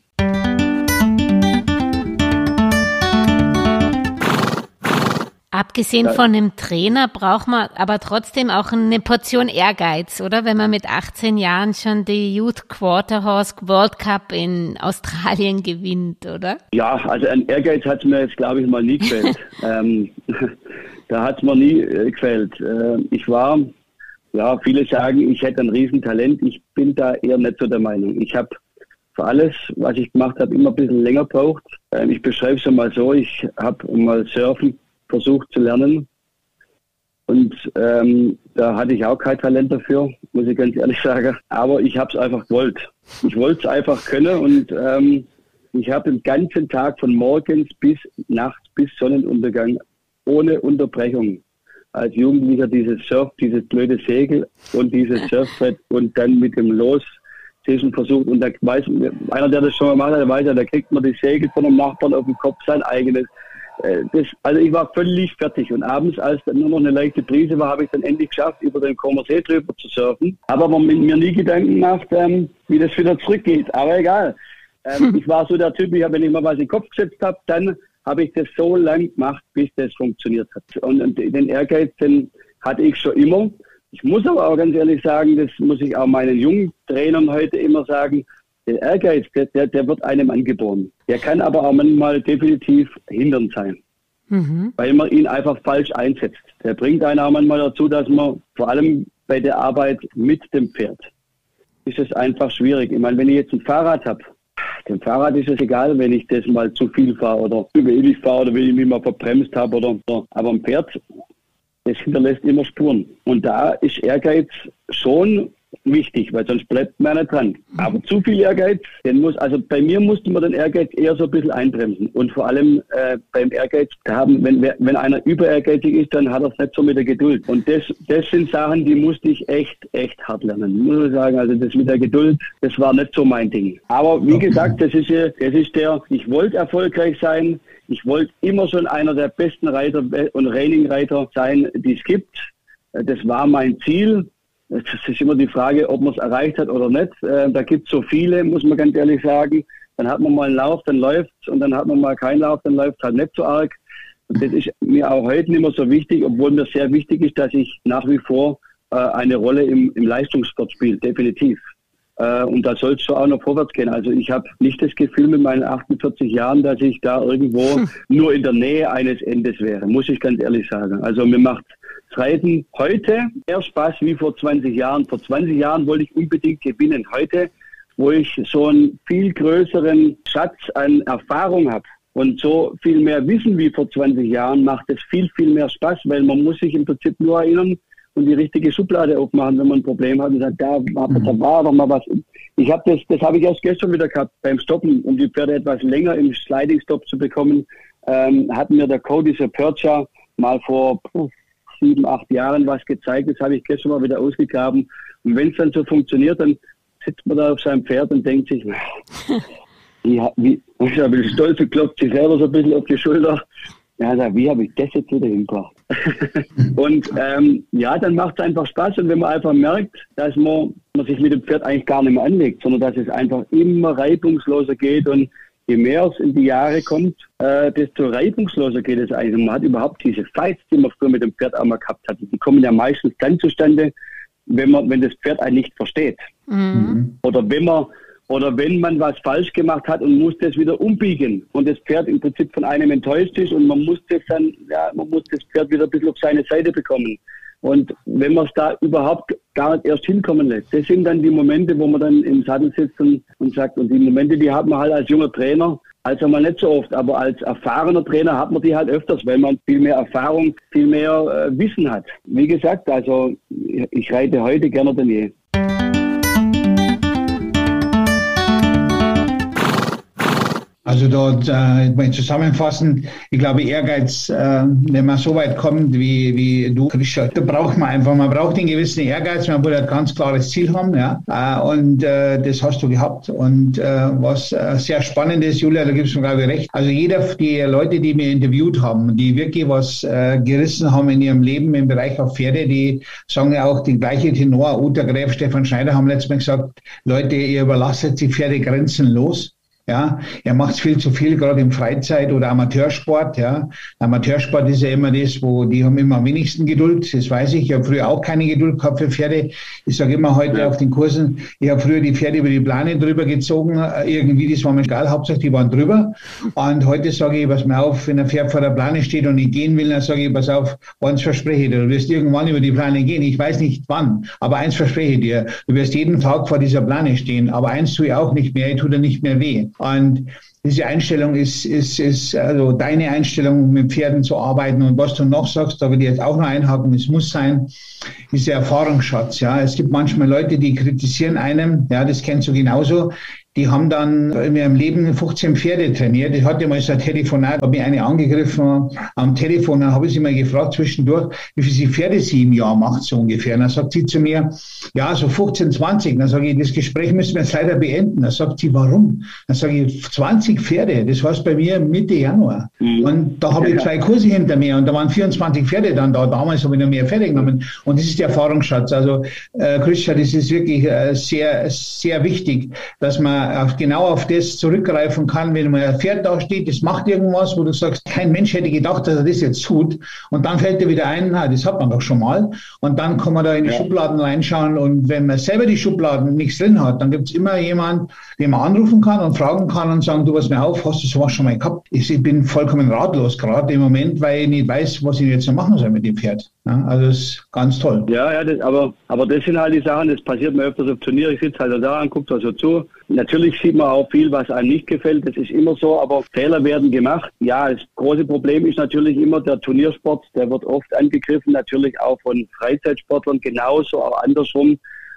Abgesehen von einem Trainer braucht man aber trotzdem auch eine Portion Ehrgeiz, oder? Wenn man mit achtzehn Jahren schon die Youth Quarterhorse World Cup in Australien gewinnt, oder? Ja, also ein Ehrgeiz hat es mir jetzt, glaube ich, mal nie gefällt. ähm, da hat es mir nie äh, gefällt. Äh, ich war, ja, viele sagen, ich hätte ein Riesentalent. Ich bin da eher nicht so der Meinung. Ich habe für alles, was ich gemacht habe, immer ein bisschen länger gebraucht. Ähm, ich beschreibe es mal so, ich habe mal surfen versucht zu lernen und ähm, da hatte ich auch kein Talent dafür, muss ich ganz ehrlich sagen, aber ich habe es einfach gewollt. Ich wollte es einfach können und ähm, ich habe den ganzen Tag von morgens bis nachts bis Sonnenuntergang ohne Unterbrechung als Jugendlicher dieses Surf, dieses blöde Segel und dieses Surfbrett und dann mit dem Los zwischen versucht und da weiß einer, der das schon mal gemacht hat, der weiß ja, da kriegt man die Segel von einem Nachbarn auf den Kopf, sein eigenes. Das, also ich war völlig fertig und abends, als dann nur noch eine leichte Brise war, habe ich dann endlich geschafft, über den Comer See drüber zu surfen. Habe aber mit mir nie Gedanken gemacht, ähm, wie das wieder zurückgeht. Aber egal. Ähm, ich war so der Typ, ich hab, wenn ich mal was in den Kopf gesetzt habe, dann habe ich das so lang gemacht, bis das funktioniert hat. Und, und den Ehrgeiz, den hatte ich schon immer. Ich muss aber auch ganz ehrlich sagen, das muss ich auch meinen jungen Trainern heute immer sagen, der Ehrgeiz, der, der, der wird einem angeboren. Der kann aber auch manchmal definitiv hindernd sein, mhm. weil man ihn einfach falsch einsetzt. Der bringt einen auch manchmal dazu, dass man vor allem bei der Arbeit mit dem Pferd, ist es einfach schwierig. Ich meine, wenn ich jetzt ein Fahrrad habe, dem Fahrrad ist es egal, wenn ich das mal zu viel fahre oder zu wenig fahre oder wenn ich mich mal verbremst habe. Oder, oder. Aber ein Pferd, das hinterlässt immer Spuren. Und da ist Ehrgeiz schon wichtig, weil sonst bleibt man nicht dran. Aber zu viel Ehrgeiz, den muss, also bei mir musste man den Ehrgeiz eher so ein bisschen einbremsen. Und vor allem äh, beim Ehrgeiz, da haben, wenn, wenn einer über ehrgeizig ist, dann hat er es nicht so mit der Geduld. Und das, das sind Sachen, die musste ich echt, echt hart lernen. Muss ich sagen, also das mit der Geduld, das war nicht so mein Ding. Aber wie gesagt, das ist, das ist der, ich wollte erfolgreich sein. Ich wollte immer schon einer der besten Reiter und Trainingreiter sein, die es gibt. Das war mein Ziel. Das ist immer die Frage, ob man es erreicht hat oder nicht. Da gibt es so viele, muss man ganz ehrlich sagen. Dann hat man mal einen Lauf, dann läuft's, und dann hat man mal keinen Lauf, dann läuft es halt nicht so arg. Und das ist mir auch heute nicht mehr so wichtig, obwohl mir sehr wichtig ist, dass ich nach wie vor äh, eine Rolle im, im Leistungssport spiele, definitiv. Äh, und da soll es schon auch noch vorwärts gehen. Also ich habe nicht das Gefühl mit meinen achtundvierzig Jahren, dass ich da irgendwo hm. nur in der Nähe eines Endes wäre, muss ich ganz ehrlich sagen. Also mir macht das Reiten heute mehr Spaß wie vor zwanzig Jahren. Vor zwanzig Jahren wollte ich unbedingt gewinnen. Heute, wo ich so einen viel größeren Schatz an Erfahrung habe und so viel mehr Wissen wie vor zwanzig Jahren, macht es viel, viel mehr Spaß, weil man muss sich im Prinzip nur erinnern und die richtige Schublade aufmachen, wenn man ein Problem hat und sagt, da, da war doch mal was. Ich habe das, das habe ich erst gestern wieder gehabt beim Stoppen, um die Pferde etwas länger im Sliding Stop zu bekommen, ähm, hat mir der Cody Sapercha mal vor puh, sieben, acht Jahren was gezeigt. Das habe ich gestern mal wieder ausgegraben. Und wenn es dann so funktioniert, dann sitzt man da auf seinem Pferd und denkt sich, wie, wie, ich habe stolz und klopft sich selber so ein bisschen auf die Schulter. Ja, wie habe ich das jetzt wieder hingebracht? Und ähm, ja, dann macht es einfach Spaß. Und wenn man einfach merkt, dass man, man sich mit dem Pferd eigentlich gar nicht mehr anlegt, sondern dass es einfach immer reibungsloser geht, und je mehr es in die Jahre kommt, äh, desto reibungsloser geht es eigentlich. Und man hat überhaupt diese Fights, die man früher mit dem Pferd auch mal gehabt hat, die kommen ja meistens dann zustande, wenn man, wenn das Pferd einen nicht versteht. Mhm. Oder wenn man Oder wenn man was falsch gemacht hat und muss das wieder umbiegen und das Pferd im Prinzip von einem enttäuscht ist und man muss das dann, ja, man muss das Pferd wieder ein bisschen auf seine Seite bekommen. Und wenn man es da überhaupt gar nicht erst hinkommen lässt, das sind dann die Momente, wo man dann im Sattel sitzt und, und sagt, und die Momente, die hat man halt als junger Trainer, also mal nicht so oft, aber als erfahrener Trainer hat man die halt öfters, weil man viel mehr Erfahrung, viel mehr äh, Wissen hat. Wie gesagt, also ich reite heute gerne denn je. Also dort äh, mal zusammenfassen, ich glaube Ehrgeiz, äh, wenn man so weit kommt wie wie du, Christian, da braucht man einfach, man braucht einen gewissen Ehrgeiz, man muss ein ganz klares Ziel haben, ja, äh, und äh, das hast du gehabt. Und äh, was äh, sehr spannend ist, Julia, da gibst du mir glaube ich recht, also jeder, die Leute, die mir interviewt haben, die wirklich was äh, gerissen haben in ihrem Leben im Bereich auf Pferde, die sagen ja auch die gleiche Tenor, Uta Gräf, Stefan Schneider haben letztes Mal gesagt, Leute, ihr überlasst die Pferde grenzenlos. Ja, er macht viel zu viel, gerade im Freizeit- oder Amateursport. Ja, Amateursport ist ja immer das, wo die haben immer am wenigsten Geduld. Das weiß ich. Ich habe früher auch keine Geduld gehabt für Pferde. Ich sage immer heute ja. auf den Kursen, ich habe früher die Pferde über die Plane drüber gezogen. Irgendwie, das war mir egal. Hauptsache, die waren drüber. Und heute sage ich, pass mal auf, wenn ein Pferd vor der Plane steht und nicht gehen will, dann sage ich, pass auf, eins verspreche ich dir, du wirst irgendwann über die Plane gehen. Ich weiß nicht wann, aber eins verspreche ich dir. Du wirst jeden Tag vor dieser Plane stehen. Aber eins tue ich auch nicht mehr, ich tue dir nicht mehr weh. Und diese Einstellung ist, ist, ist also deine Einstellung, mit Pferden zu arbeiten. Und was du noch sagst, da will ich jetzt auch noch einhaken, es muss sein, ist der Erfahrungsschatz. Ja, es gibt manchmal Leute, die kritisieren einem, ja, das kennst du genauso. Die haben dann in ihrem Leben fünfzehn Pferde trainiert. Ich hatte mal so ein Telefonat, habe mir eine angegriffen am Telefon, dann habe ich sie mal gefragt zwischendurch, wie viele Pferde sie im Jahr macht, so ungefähr. Und dann sagt sie zu mir, ja, so fünfzehn, zwanzig. Dann sage ich, das Gespräch müssen wir jetzt leider beenden. Dann sagt sie, warum? Dann sage ich, zwanzig Pferde, das war's bei mir Mitte Januar. Mhm. Und da habe ich zwei Kurse hinter mir und da waren vierundzwanzig Pferde dann da. Damals habe ich noch mehr Pferde genommen. Und das ist der Erfahrungsschatz. Also, äh, Christian, das ist wirklich äh, sehr, sehr wichtig, dass man auf, genau auf das zurückgreifen kann, wenn man ein Pferd da steht, das macht irgendwas, wo du sagst, kein Mensch hätte gedacht, dass er das jetzt tut. Und dann fällt dir wieder ein, na, das hat man doch schon mal. Und dann kann man da in die ja. Schubladen reinschauen. Und wenn man selber die Schubladen nichts drin hat, dann gibt es immer jemand, den man anrufen kann und fragen kann und sagen, du, pass mir auf, hast du sowas schon mal gehabt? Ich, ich bin vollkommen ratlos gerade im Moment, weil ich nicht weiß, was ich jetzt noch machen soll mit dem Pferd. Ja, also das ist ganz toll. Ja, ja, das, aber, aber das sind halt die Sachen, das passiert mir öfters auf Turnier. Ich sitze halt da und gucke da so zu. Natürlich sieht man auch viel, was einem nicht gefällt. Das ist immer so, aber Fehler werden gemacht. Ja, das große Problem ist natürlich immer der Turniersport. Der wird oft angegriffen, natürlich auch von Freizeitsportlern genauso, auch andersrum.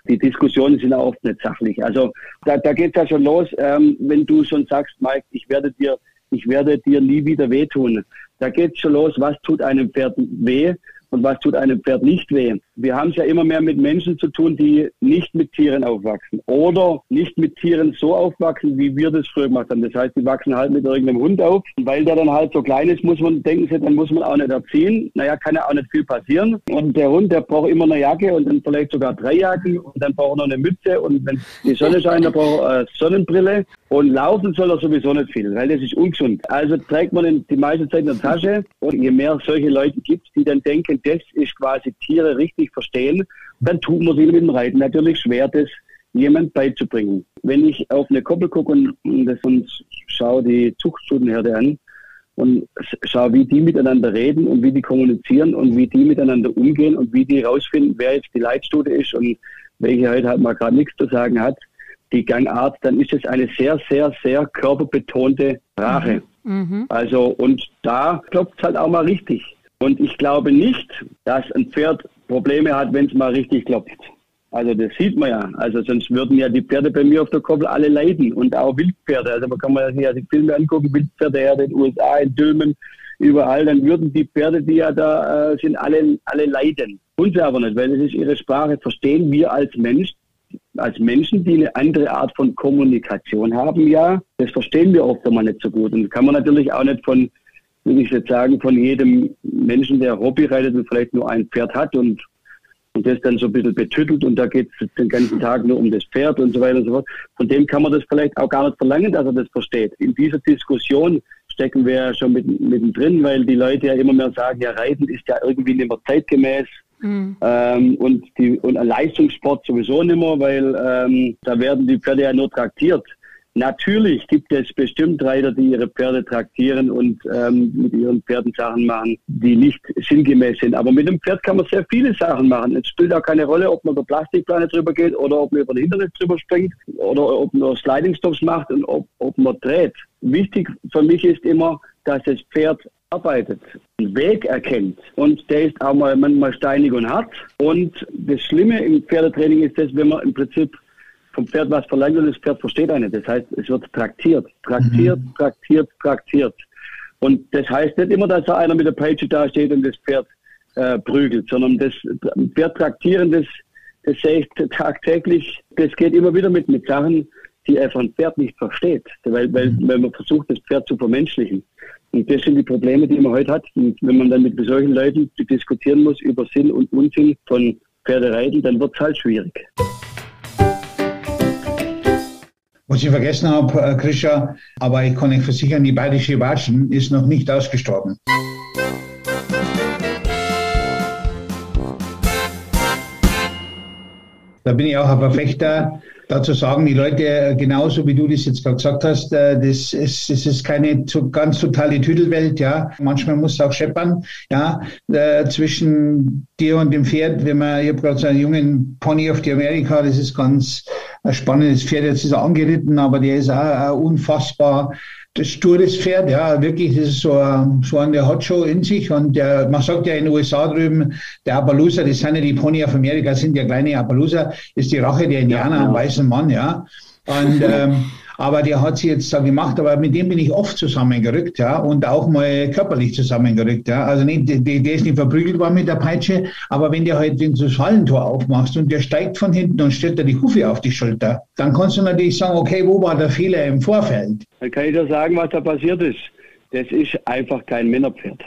die Diskussionen sind auch oft nicht sachlich. Also da, da geht es ja schon los, ähm, wenn du schon sagst, Mike, ich werde dir, ich werde dir nie wieder wehtun. Da geht es schon los, was tut einem Pferd weh und was tut einem Pferd nicht weh. Wir haben es ja immer mehr mit Menschen zu tun, die nicht mit Tieren aufwachsen oder nicht mit Tieren so aufwachsen, wie wir das früher gemacht haben. Das heißt, die wachsen halt mit irgendeinem Hund auf. Und weil der dann halt so klein ist, muss man, denken sie, dann muss man auch nicht erziehen. Naja, kann ja auch nicht viel passieren. Und der Hund, der braucht immer eine Jacke und dann vielleicht sogar drei Jacken und dann braucht er noch eine Mütze und wenn die Sonne scheint, dann braucht er eine Sonnenbrille. Und laufen soll er sowieso nicht viel, weil das ist ungesund. Also trägt man in die meiste Zeit in der Tasche. Und je mehr solche Leute gibt, die dann denken, das ist quasi Tiere richtig verstehen, dann tut man sich mit dem Reiten natürlich schwer, das jemand beizubringen. Wenn ich auf eine Koppel gucke und, und, das, und schaue die Zuchtstutenherde an und schaue, wie die miteinander reden und wie die kommunizieren und wie die miteinander umgehen und wie die rausfinden, wer jetzt die Leitstute ist und welche heute halt mal gerade nichts zu sagen hat, die Gangart, dann ist es eine sehr, sehr, sehr körperbetonte Sprache. Mhm. Also, und da klopft es halt auch mal richtig. Und ich glaube nicht, dass ein Pferd Probleme hat, wenn es mal richtig klopft. Also das sieht man ja. Also sonst würden ja die Pferde bei mir auf der Koppel alle leiden und auch Wildpferde. Also man kann man sich ja die Filme angucken, Wildpferde her in den U S A, in Dülmen, überall, dann würden die Pferde, die ja da äh, sind, alle, alle leiden. Tun sie aber nicht, weil das ist ihre Sprache. Verstehen wir als Mensch, als Menschen, die eine andere Art von Kommunikation haben, ja, das verstehen wir oft einmal nicht so gut. Und das kann man natürlich auch nicht von, will ich jetzt sagen, von jedem Menschen, der Hobby reitet und vielleicht nur ein Pferd hat und, und das dann so ein bisschen betüttelt und da geht es den ganzen Tag nur um das Pferd und so weiter und so fort. Von dem kann man das vielleicht auch gar nicht verlangen, dass er das versteht. In dieser Diskussion stecken wir ja schon mitten, mittendrin, weil die Leute ja immer mehr sagen, ja, Reiten ist ja irgendwie nicht mehr zeitgemäß. Mhm. Ähm, und, die, und ein Leistungssport sowieso nicht mehr, weil ähm, da werden die Pferde ja nur traktiert. Natürlich gibt es bestimmt Reiter, die ihre Pferde traktieren und ähm, mit ihren Pferden Sachen machen, die nicht sinngemäß sind. Aber mit dem Pferd kann man sehr viele Sachen machen. Es spielt auch keine Rolle, ob man über Plastikplane drüber geht oder ob man über den Hindernis drüber springt oder ob man Sliding Stops macht und ob, ob man dreht. Wichtig für mich ist immer, dass das Pferd arbeitet, einen Weg erkennt und der ist auch mal manchmal steinig und hart. Und das Schlimme im Pferdetraining ist das, wenn man im Prinzip vom Pferd was verlangt und das Pferd versteht einen. Das heißt, es wird traktiert, traktiert, mhm. traktiert, traktiert. Und das heißt nicht immer, dass da einer mit der Peitsche da steht und das Pferd äh, prügelt, sondern das Pferd traktieren, das, das sehe ich tagtäglich, das geht immer wieder mit, mit Sachen, die einfach ein Pferd nicht versteht, weil, weil, mhm. weil man versucht, das Pferd zu vermenschlichen. Und das sind die Probleme, die man heute hat. Und wenn man dann mit solchen Leuten diskutieren muss über Sinn und Unsinn von Pferdereiten, dann wird es halt schwierig. Was ich vergessen habe, Krischa, aber ich kann euch versichern, die bayerische Watschen ist noch nicht ausgestorben. Da bin ich auch ein Verfechter. Dazu sagen die Leute, genauso wie du das jetzt gerade gesagt hast, das ist, das ist keine ganz totale Tüdelwelt, ja. Manchmal muss es auch scheppern, ja, zwischen dir und dem Pferd. Wenn man, ich habe gerade so einen jungen Pony auf die Amerika, das ist ganz ein spannendes Pferd, jetzt ist er angeritten, aber der ist auch ein unfassbar stures Pferd, ja, wirklich, das ist so, so eine Hotshow in sich und der, man sagt ja in den U S A drüben, der Appaloosa, das sind ja die Pony auf Amerika, sind ja kleine Appaloosa, ist die Rache der Indianer ja, am weißen Mann, ja, und ähm, aber der hat sie jetzt da gemacht, aber mit dem bin ich oft zusammengerückt, ja, und auch mal körperlich zusammengerückt, ja, also nicht, der, der ist nicht verprügelt worden mit der Peitsche, aber wenn der halt, wenn du das Hallentor aufmachst und der steigt von hinten und stellt dir die Hufe auf die Schulter, dann kannst du natürlich sagen, okay, wo war der Fehler im Vorfeld? Dann kann ich dir sagen, was da passiert ist. Das ist einfach kein Männerpferd.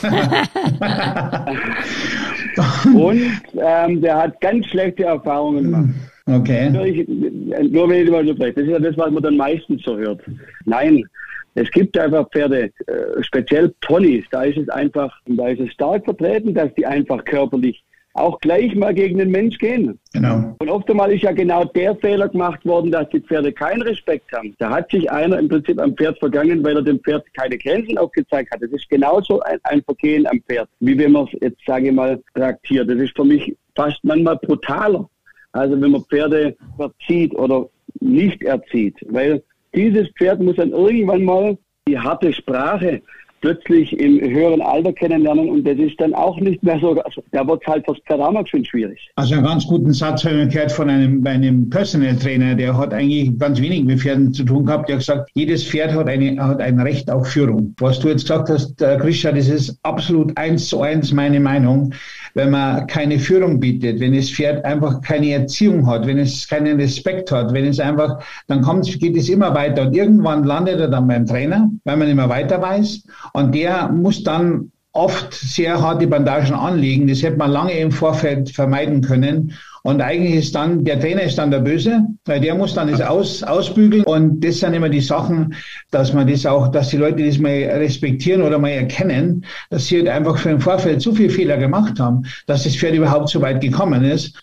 Und ähm, der hat ganz schlechte Erfahrungen gemacht. Okay. Ich, nur wenn ich mal so spreche. Das ist ja das, was man dann meistens so hört. Nein, es gibt einfach Pferde, äh, speziell Ponys, da ist es einfach, da ist es stark vertreten, dass die einfach körperlich auch gleich mal gegen den Mensch gehen. Genau. Und oft einmal ist ja genau der Fehler gemacht worden, dass die Pferde keinen Respekt haben. Da hat sich einer im Prinzip am Pferd vergangen, weil er dem Pferd keine Grenzen aufgezeigt hat. Das ist genauso ein, ein Vergehen am Pferd, wie wenn man es jetzt, sage ich mal, traktiert. Das ist für mich fast manchmal brutaler. Also wenn man Pferde erzieht oder nicht erzieht, weil dieses Pferd muss dann irgendwann mal die harte Sprache, plötzlich im höheren Alter kennenlernen und das ist dann auch nicht mehr so, also, da wird es halt fürs Pferd auch mal schön schwierig. Also einen ganz guten Satz habe ich gehört von einem, bei einem Personal Trainer, der hat eigentlich ganz wenig mit Pferden zu tun gehabt. Der hat gesagt, jedes Pferd hat, eine, hat ein Recht auf Führung. Was du jetzt gesagt hast, Christian, das ist absolut eins zu eins meine Meinung. Wenn man keine Führung bietet, wenn das Pferd einfach keine Erziehung hat, wenn es keinen Respekt hat, wenn es einfach, dann kommt, geht es immer weiter und irgendwann landet er dann beim Trainer, weil man immer weiter weiß und der muss dann oft sehr harte Bandagen anlegen. Das hätte man lange im Vorfeld vermeiden können. Und eigentlich ist dann, der Trainer ist dann der Böse, weil der muss dann das aus, ausbügeln. Und das sind immer die Sachen, dass man das auch, dass die Leute das mal respektieren oder mal erkennen, dass sie halt einfach für im Vorfeld so viele Fehler gemacht haben, dass das Pferd überhaupt so weit gekommen ist.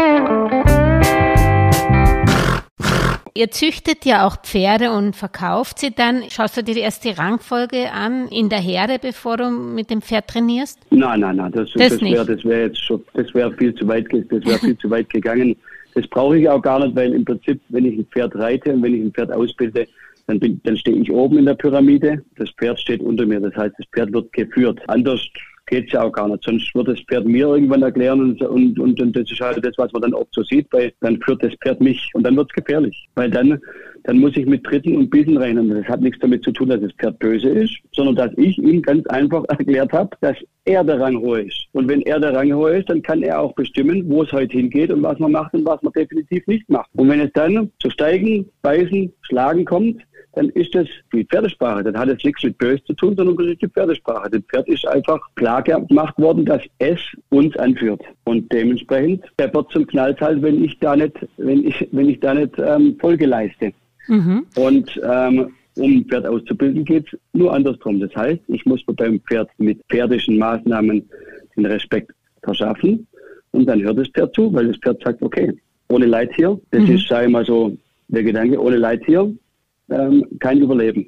Ihr züchtet ja auch Pferde und verkauft sie dann. Schaust du dir die erste Rangfolge an in der Herde, bevor du mit dem Pferd trainierst? Nein, nein, nein, das, das, das wäre das wär jetzt schon, das wäre viel zu weit, das wäre viel zu weit gegangen. Das brauche ich auch gar nicht, weil im Prinzip, wenn ich ein Pferd reite und wenn ich ein Pferd ausbilde, dann, bin, dann stehe ich oben in der Pyramide, das Pferd steht unter mir, das heißt, das Pferd wird geführt. Anders geht's ja auch gar nicht, sonst wird das Pferd mir irgendwann erklären und, und, und, und das ist halt das, was man dann oft so sieht, weil dann führt das Pferd mich und dann wird's gefährlich, weil dann, dann muss ich mit Tritten und Bissen rechnen. Das hat nichts damit zu tun, dass das Pferd böse ist, sondern dass ich ihm ganz einfach erklärt habe, dass er der Ranghohe ist. Und wenn er der Ranghohe ist, dann kann er auch bestimmen, wo es heute hingeht und was man macht und was man definitiv nicht macht. Und wenn es dann zu Steigen, Beißen, Schlagen kommt, dann ist das die Pferdesprache. Dann hat es nichts mit Böse zu tun, sondern das ist die Pferdesprache. Das Pferd ist einfach klar gemacht worden, dass es uns anführt. Und dementsprechend wird zum Knallteil, wenn ich da nicht, wenn ich, wenn ich da nicht ähm, Folge leiste. Mhm. Und ähm, um ein Pferd auszubilden, geht es nur andersrum. Das heißt, ich muss beim Pferd mit pferdischen Maßnahmen den Respekt verschaffen und dann hört das Pferd zu, weil das Pferd sagt, okay, ohne Leid hier, das mhm. ist, sage ich mal so, der Gedanke, ohne Leid hier, ähm, kein Überleben.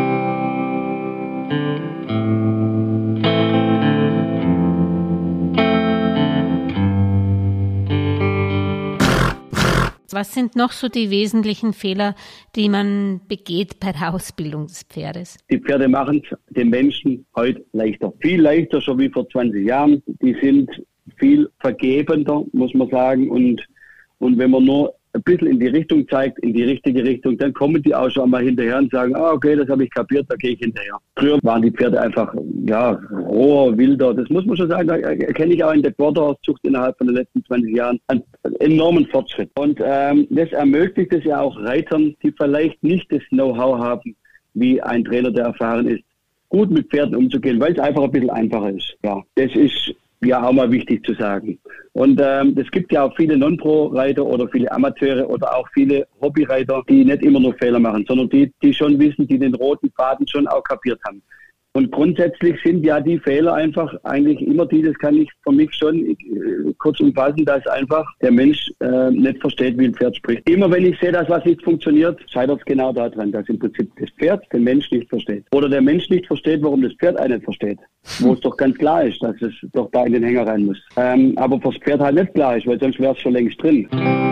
Was sind noch so die wesentlichen Fehler, die man begeht bei der Ausbildung des Pferdes? Die Pferde machen es den Menschen heute leichter. Viel leichter schon wie vor zwanzig Jahren. Die sind viel vergebender, muss man sagen. Und, und wenn man nur ein bisschen in die Richtung zeigt, in die richtige Richtung, dann kommen die auch schon mal hinterher und sagen, ah, okay, das habe ich kapiert, da gehe ich hinterher. Früher waren die Pferde einfach, ja, roher, wilder, das muss man schon sagen, da erkenne ich auch in der Quarterhauszucht innerhalb von den letzten zwanzig Jahren einen enormen Fortschritt. Und ähm, das ermöglicht es ja auch Reitern, die vielleicht nicht das Know-how haben, wie ein Trainer, der erfahren ist, gut mit Pferden umzugehen, weil es einfach ein bisschen einfacher ist. Ja, das ist ja auch mal wichtig zu sagen. Und ähm, es gibt ja auch viele Non-Pro-Reiter oder viele Amateure oder auch viele Hobbyreiter, die nicht immer nur Fehler machen, sondern die, die schon wissen, die den roten Faden schon auch kapiert haben. Und grundsätzlich sind ja die Fehler einfach eigentlich immer die, das kann ich für mich schon äh, kurz umfassen, dass einfach der Mensch äh, nicht versteht, wie ein Pferd spricht. Immer wenn ich sehe, dass was nicht funktioniert, scheitert es genau daran, dass im Prinzip das Pferd den Mensch nicht versteht. Oder der Mensch nicht versteht, warum das Pferd einen nicht versteht. Wo es doch ganz klar ist, dass es doch da in den Hänger rein muss. Ähm, aber fürs Pferd halt nicht klar ist, weil sonst wäre es schon längst drin.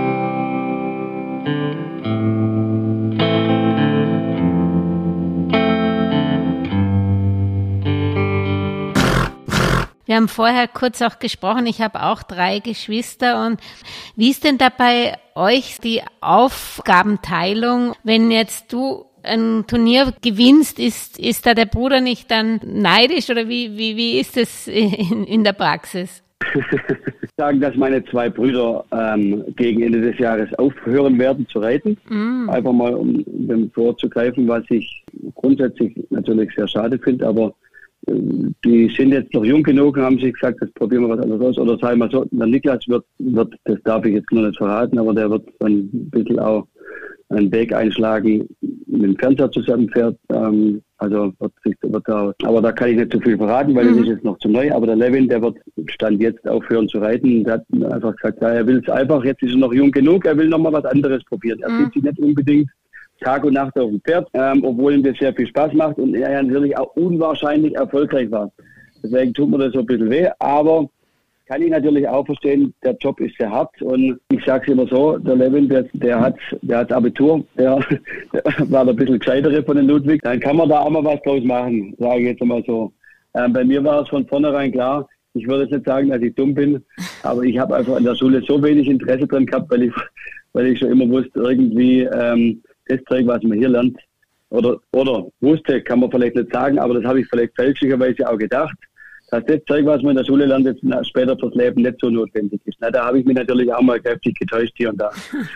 Wir haben vorher kurz auch gesprochen, ich habe auch drei Geschwister und wie ist denn da bei euch die Aufgabenteilung, wenn jetzt du ein Turnier gewinnst, ist, ist da der Bruder nicht dann neidisch oder wie, wie, wie ist es in, in der Praxis? Ich sagen, dass meine zwei Brüder ähm, gegen Ende des Jahres aufhören werden zu reiten. Mm. Einfach mal, um dem vorzugreifen, was ich grundsätzlich natürlich sehr schade finde, aber die sind jetzt noch jung genug und haben sich gesagt, das probieren wir was anderes aus. Oder sagen wir mal so, der Niklas wird, wird, das darf ich jetzt noch nicht verraten, aber der wird ein bisschen auch einen Weg einschlagen, mit dem Fernseher zusammenfährt. Ähm, also wird sich, wird da, aber da kann ich nicht zu viel verraten, weil mhm. das ist jetzt noch zu neu. Aber der Levin, der wird Stand jetzt aufhören zu reiten. Der hat einfach gesagt, ja, er will es einfach, jetzt ist er noch jung genug, er will noch mal was anderes probieren. Er mhm. sieht sich nicht unbedingt Tag und Nacht auf dem Pferd, ähm, obwohl ihm das sehr viel Spaß macht und er ja natürlich auch unwahrscheinlich erfolgreich war. Deswegen tut mir das so ein bisschen weh, aber kann ich natürlich auch verstehen, der Job ist sehr hart und ich sage es immer so, der Levin, der, der hat der hat Abitur, der, der war ein bisschen gescheitere von den Ludwig, dann kann man da auch mal was draus machen, sage ich jetzt mal so. Ähm, bei mir war es von vornherein klar, ich würde jetzt nicht sagen, dass ich dumm bin, aber ich habe einfach in der Schule so wenig Interesse dran gehabt, weil ich, weil ich schon immer wusste, irgendwie ähm, das Zeug, was man hier lernt, oder, oder wusste, kann man vielleicht nicht sagen, aber das habe ich vielleicht fälschlicherweise auch gedacht, dass das Zeug, was man in der Schule lernt, jetzt später fürs Leben nicht so notwendig ist. Na, da habe ich mich natürlich auch mal kräftig getäuscht hier und da.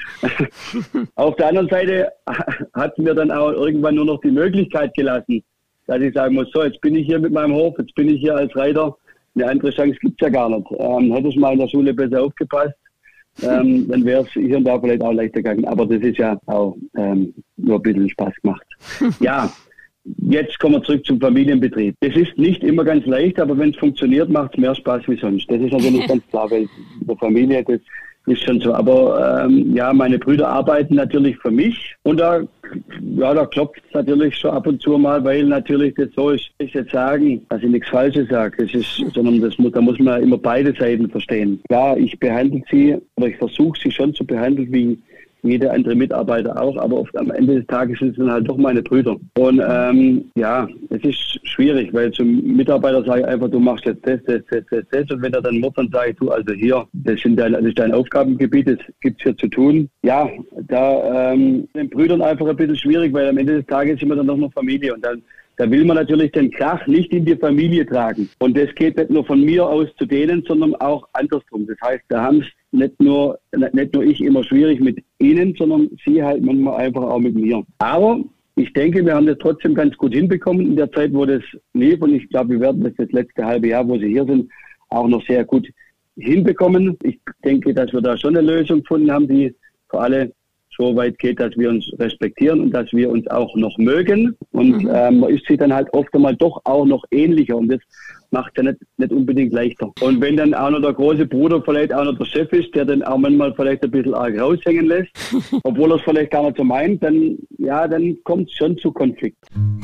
Auf der anderen Seite hat mir dann auch irgendwann nur noch die Möglichkeit gelassen, dass ich sagen muss, so, jetzt bin ich hier mit meinem Hof, jetzt bin ich hier als Reiter. Eine andere Chance gibt es ja gar nicht. Ähm, hätte ich mal in der Schule besser aufgepasst, ähm, dann wäre es hier und da vielleicht auch leichter gegangen. Aber das ist ja auch ähm, nur ein bisschen Spaß gemacht. Ja, jetzt kommen wir zurück zum Familienbetrieb. Es ist nicht immer ganz leicht, aber wenn es funktioniert, macht es mehr Spaß wie sonst. Das ist natürlich ganz klar, weil die Familie, das ist schon so. Aber ähm, ja, meine Brüder arbeiten natürlich für mich und da, ja, da klopft es natürlich schon ab und zu mal, weil natürlich das so ist. Ich jetzt sagen, dass ich nichts Falsches sage, das ist, sondern das muss, da muss man immer beide Seiten verstehen. Ja, ich behandle sie, oder ich versuche sie schon zu behandeln wie jeder andere Mitarbeiter auch, aber oft am Ende des Tages sind es dann halt doch meine Brüder. Und ähm, ja, es ist schwierig, weil zum Mitarbeiter sage ich einfach, du machst jetzt das, das, das, das, das. Und wenn er dann muss, dann sage ich, du, also hier, das, sind dein, das ist dein Aufgabengebiet, das gibt es hier zu tun. Ja, da ähm, den Brüdern einfach ein bisschen schwierig, weil am Ende des Tages sind wir dann noch eine Familie und dann Da will man natürlich den Krach nicht in die Familie tragen. Und das geht nicht nur von mir aus zu denen, sondern auch andersrum. Das heißt, da haben es nicht nur, nicht nur ich immer schwierig mit ihnen, sondern sie halt manchmal einfach auch mit mir. Aber ich denke, wir haben das trotzdem ganz gut hinbekommen in der Zeit, wo das lief. Und ich glaube, wir werden das das letzte halbe Jahr, wo sie hier sind, auch noch sehr gut hinbekommen. Ich denke, dass wir da schon eine Lösung gefunden haben, die für alle so weit geht, dass wir uns respektieren und dass wir uns auch noch mögen. Und mhm. ähm, man ist sich dann halt oft einmal doch auch noch ähnlicher und das macht ja nicht, nicht unbedingt leichter. Und wenn dann auch noch der große Bruder vielleicht auch noch der Chef ist, der dann auch manchmal vielleicht ein bisschen arg raushängen lässt, obwohl er es vielleicht gar nicht so meint, dann, ja, dann kommt es schon zu Konflikt.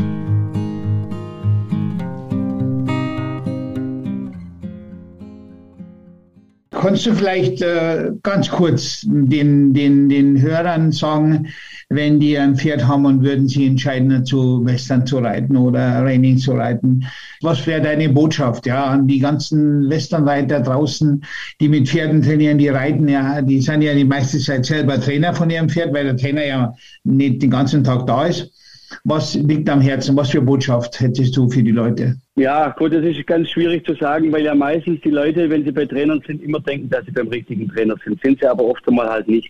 Kannst du vielleicht äh, ganz kurz den, den, den Hörern sagen, wenn die ein Pferd haben und würden sie entscheiden dazu, Western zu reiten oder Reining zu reiten, was wäre deine Botschaft, ja, an die ganzen Westernreiter draußen, die mit Pferden trainieren, die reiten ja, die sind ja die meiste Zeit selber Trainer von ihrem Pferd, weil der Trainer ja nicht den ganzen Tag da ist. Was liegt am Herzen? Was für Botschaft hättest du für die Leute? Ja, gut, das ist ganz schwierig zu sagen, weil ja meistens die Leute, wenn sie bei Trainern sind, immer denken, dass sie beim richtigen Trainer sind. Sind sie aber oft einmal halt nicht.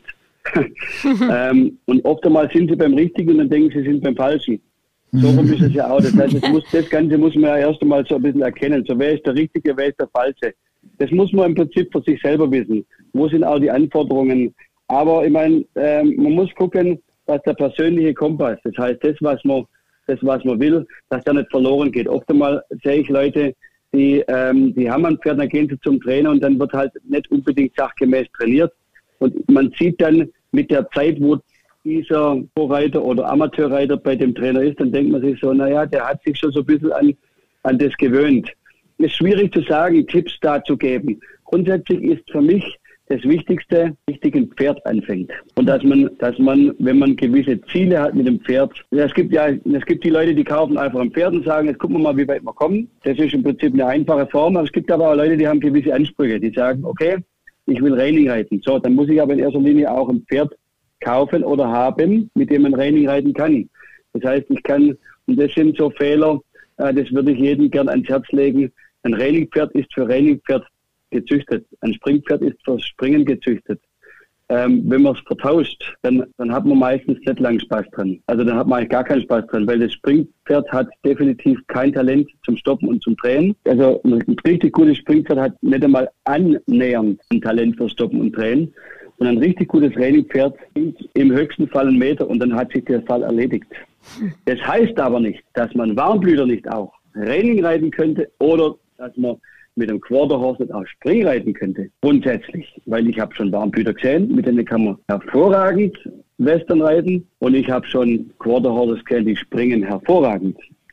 ähm, und oft einmal sind sie beim richtigen und dann denken sie, sie sind beim falschen. So rum ist es ja auch. Das heißt, das, muss, das Ganze muss man ja erst einmal so ein bisschen erkennen. So, wer ist der Richtige, wer ist der Falsche? Das muss man im Prinzip für sich selber wissen. Wo sind auch die Anforderungen? Aber ich meine, ähm, man muss gucken, was der persönliche Kompass, das heißt, das, was man, das, was man will, dass der nicht verloren geht. Oft einmal sehe ich Leute, die, ähm, die haben ein Pferd, dann gehen sie zum Trainer und dann wird halt nicht unbedingt sachgemäß trainiert. Und man sieht dann mit der Zeit, wo dieser Vorreiter oder Amateurreiter bei dem Trainer ist, dann denkt man sich so, naja, der hat sich schon so ein bisschen an, an das gewöhnt. Es ist schwierig zu sagen, Tipps da zu geben. Grundsätzlich ist für mich das Wichtigste, richtig ein Pferd anfängt. Und dass man, dass man, wenn man gewisse Ziele hat mit dem Pferd, es gibt ja, es gibt die Leute, die kaufen einfach ein Pferd und sagen, jetzt gucken wir mal, wie weit wir kommen. Das ist im Prinzip eine einfache Form, aber es gibt aber auch Leute, die haben gewisse Ansprüche, die sagen, okay, ich will Reining reiten. So, dann muss ich aber in erster Linie auch ein Pferd kaufen oder haben, mit dem man Reining reiten kann. Das heißt, ich kann, und das sind so Fehler, äh, das würde ich jedem gern ans Herz legen. Ein Reiningpferd ist für Reiningpferd gezüchtet. Ein Springpferd ist für Springen gezüchtet. Ähm, wenn man es vertauscht, dann, dann hat man meistens nicht lange Spaß dran. Also dann hat man eigentlich gar keinen Spaß dran, weil das Springpferd hat definitiv kein Talent zum Stoppen und zum Drehen. Also ein richtig gutes Springpferd hat nicht einmal annähernd ein Talent für Stoppen und Drehen. Und ein richtig gutes Trainingpferd im höchsten Fall einen Meter und dann hat sich der Fall erledigt. Das heißt aber nicht, dass man Warmblüter nicht auch Reining reiten könnte oder dass man mit einem Quarterhorse nicht auch Spring reiten könnte. Grundsätzlich, weil ich habe schon Warmblüter gesehen, mit denen kann man hervorragend Western reiten und ich habe schon Quarterhorses gesehen, die springen hervorragend.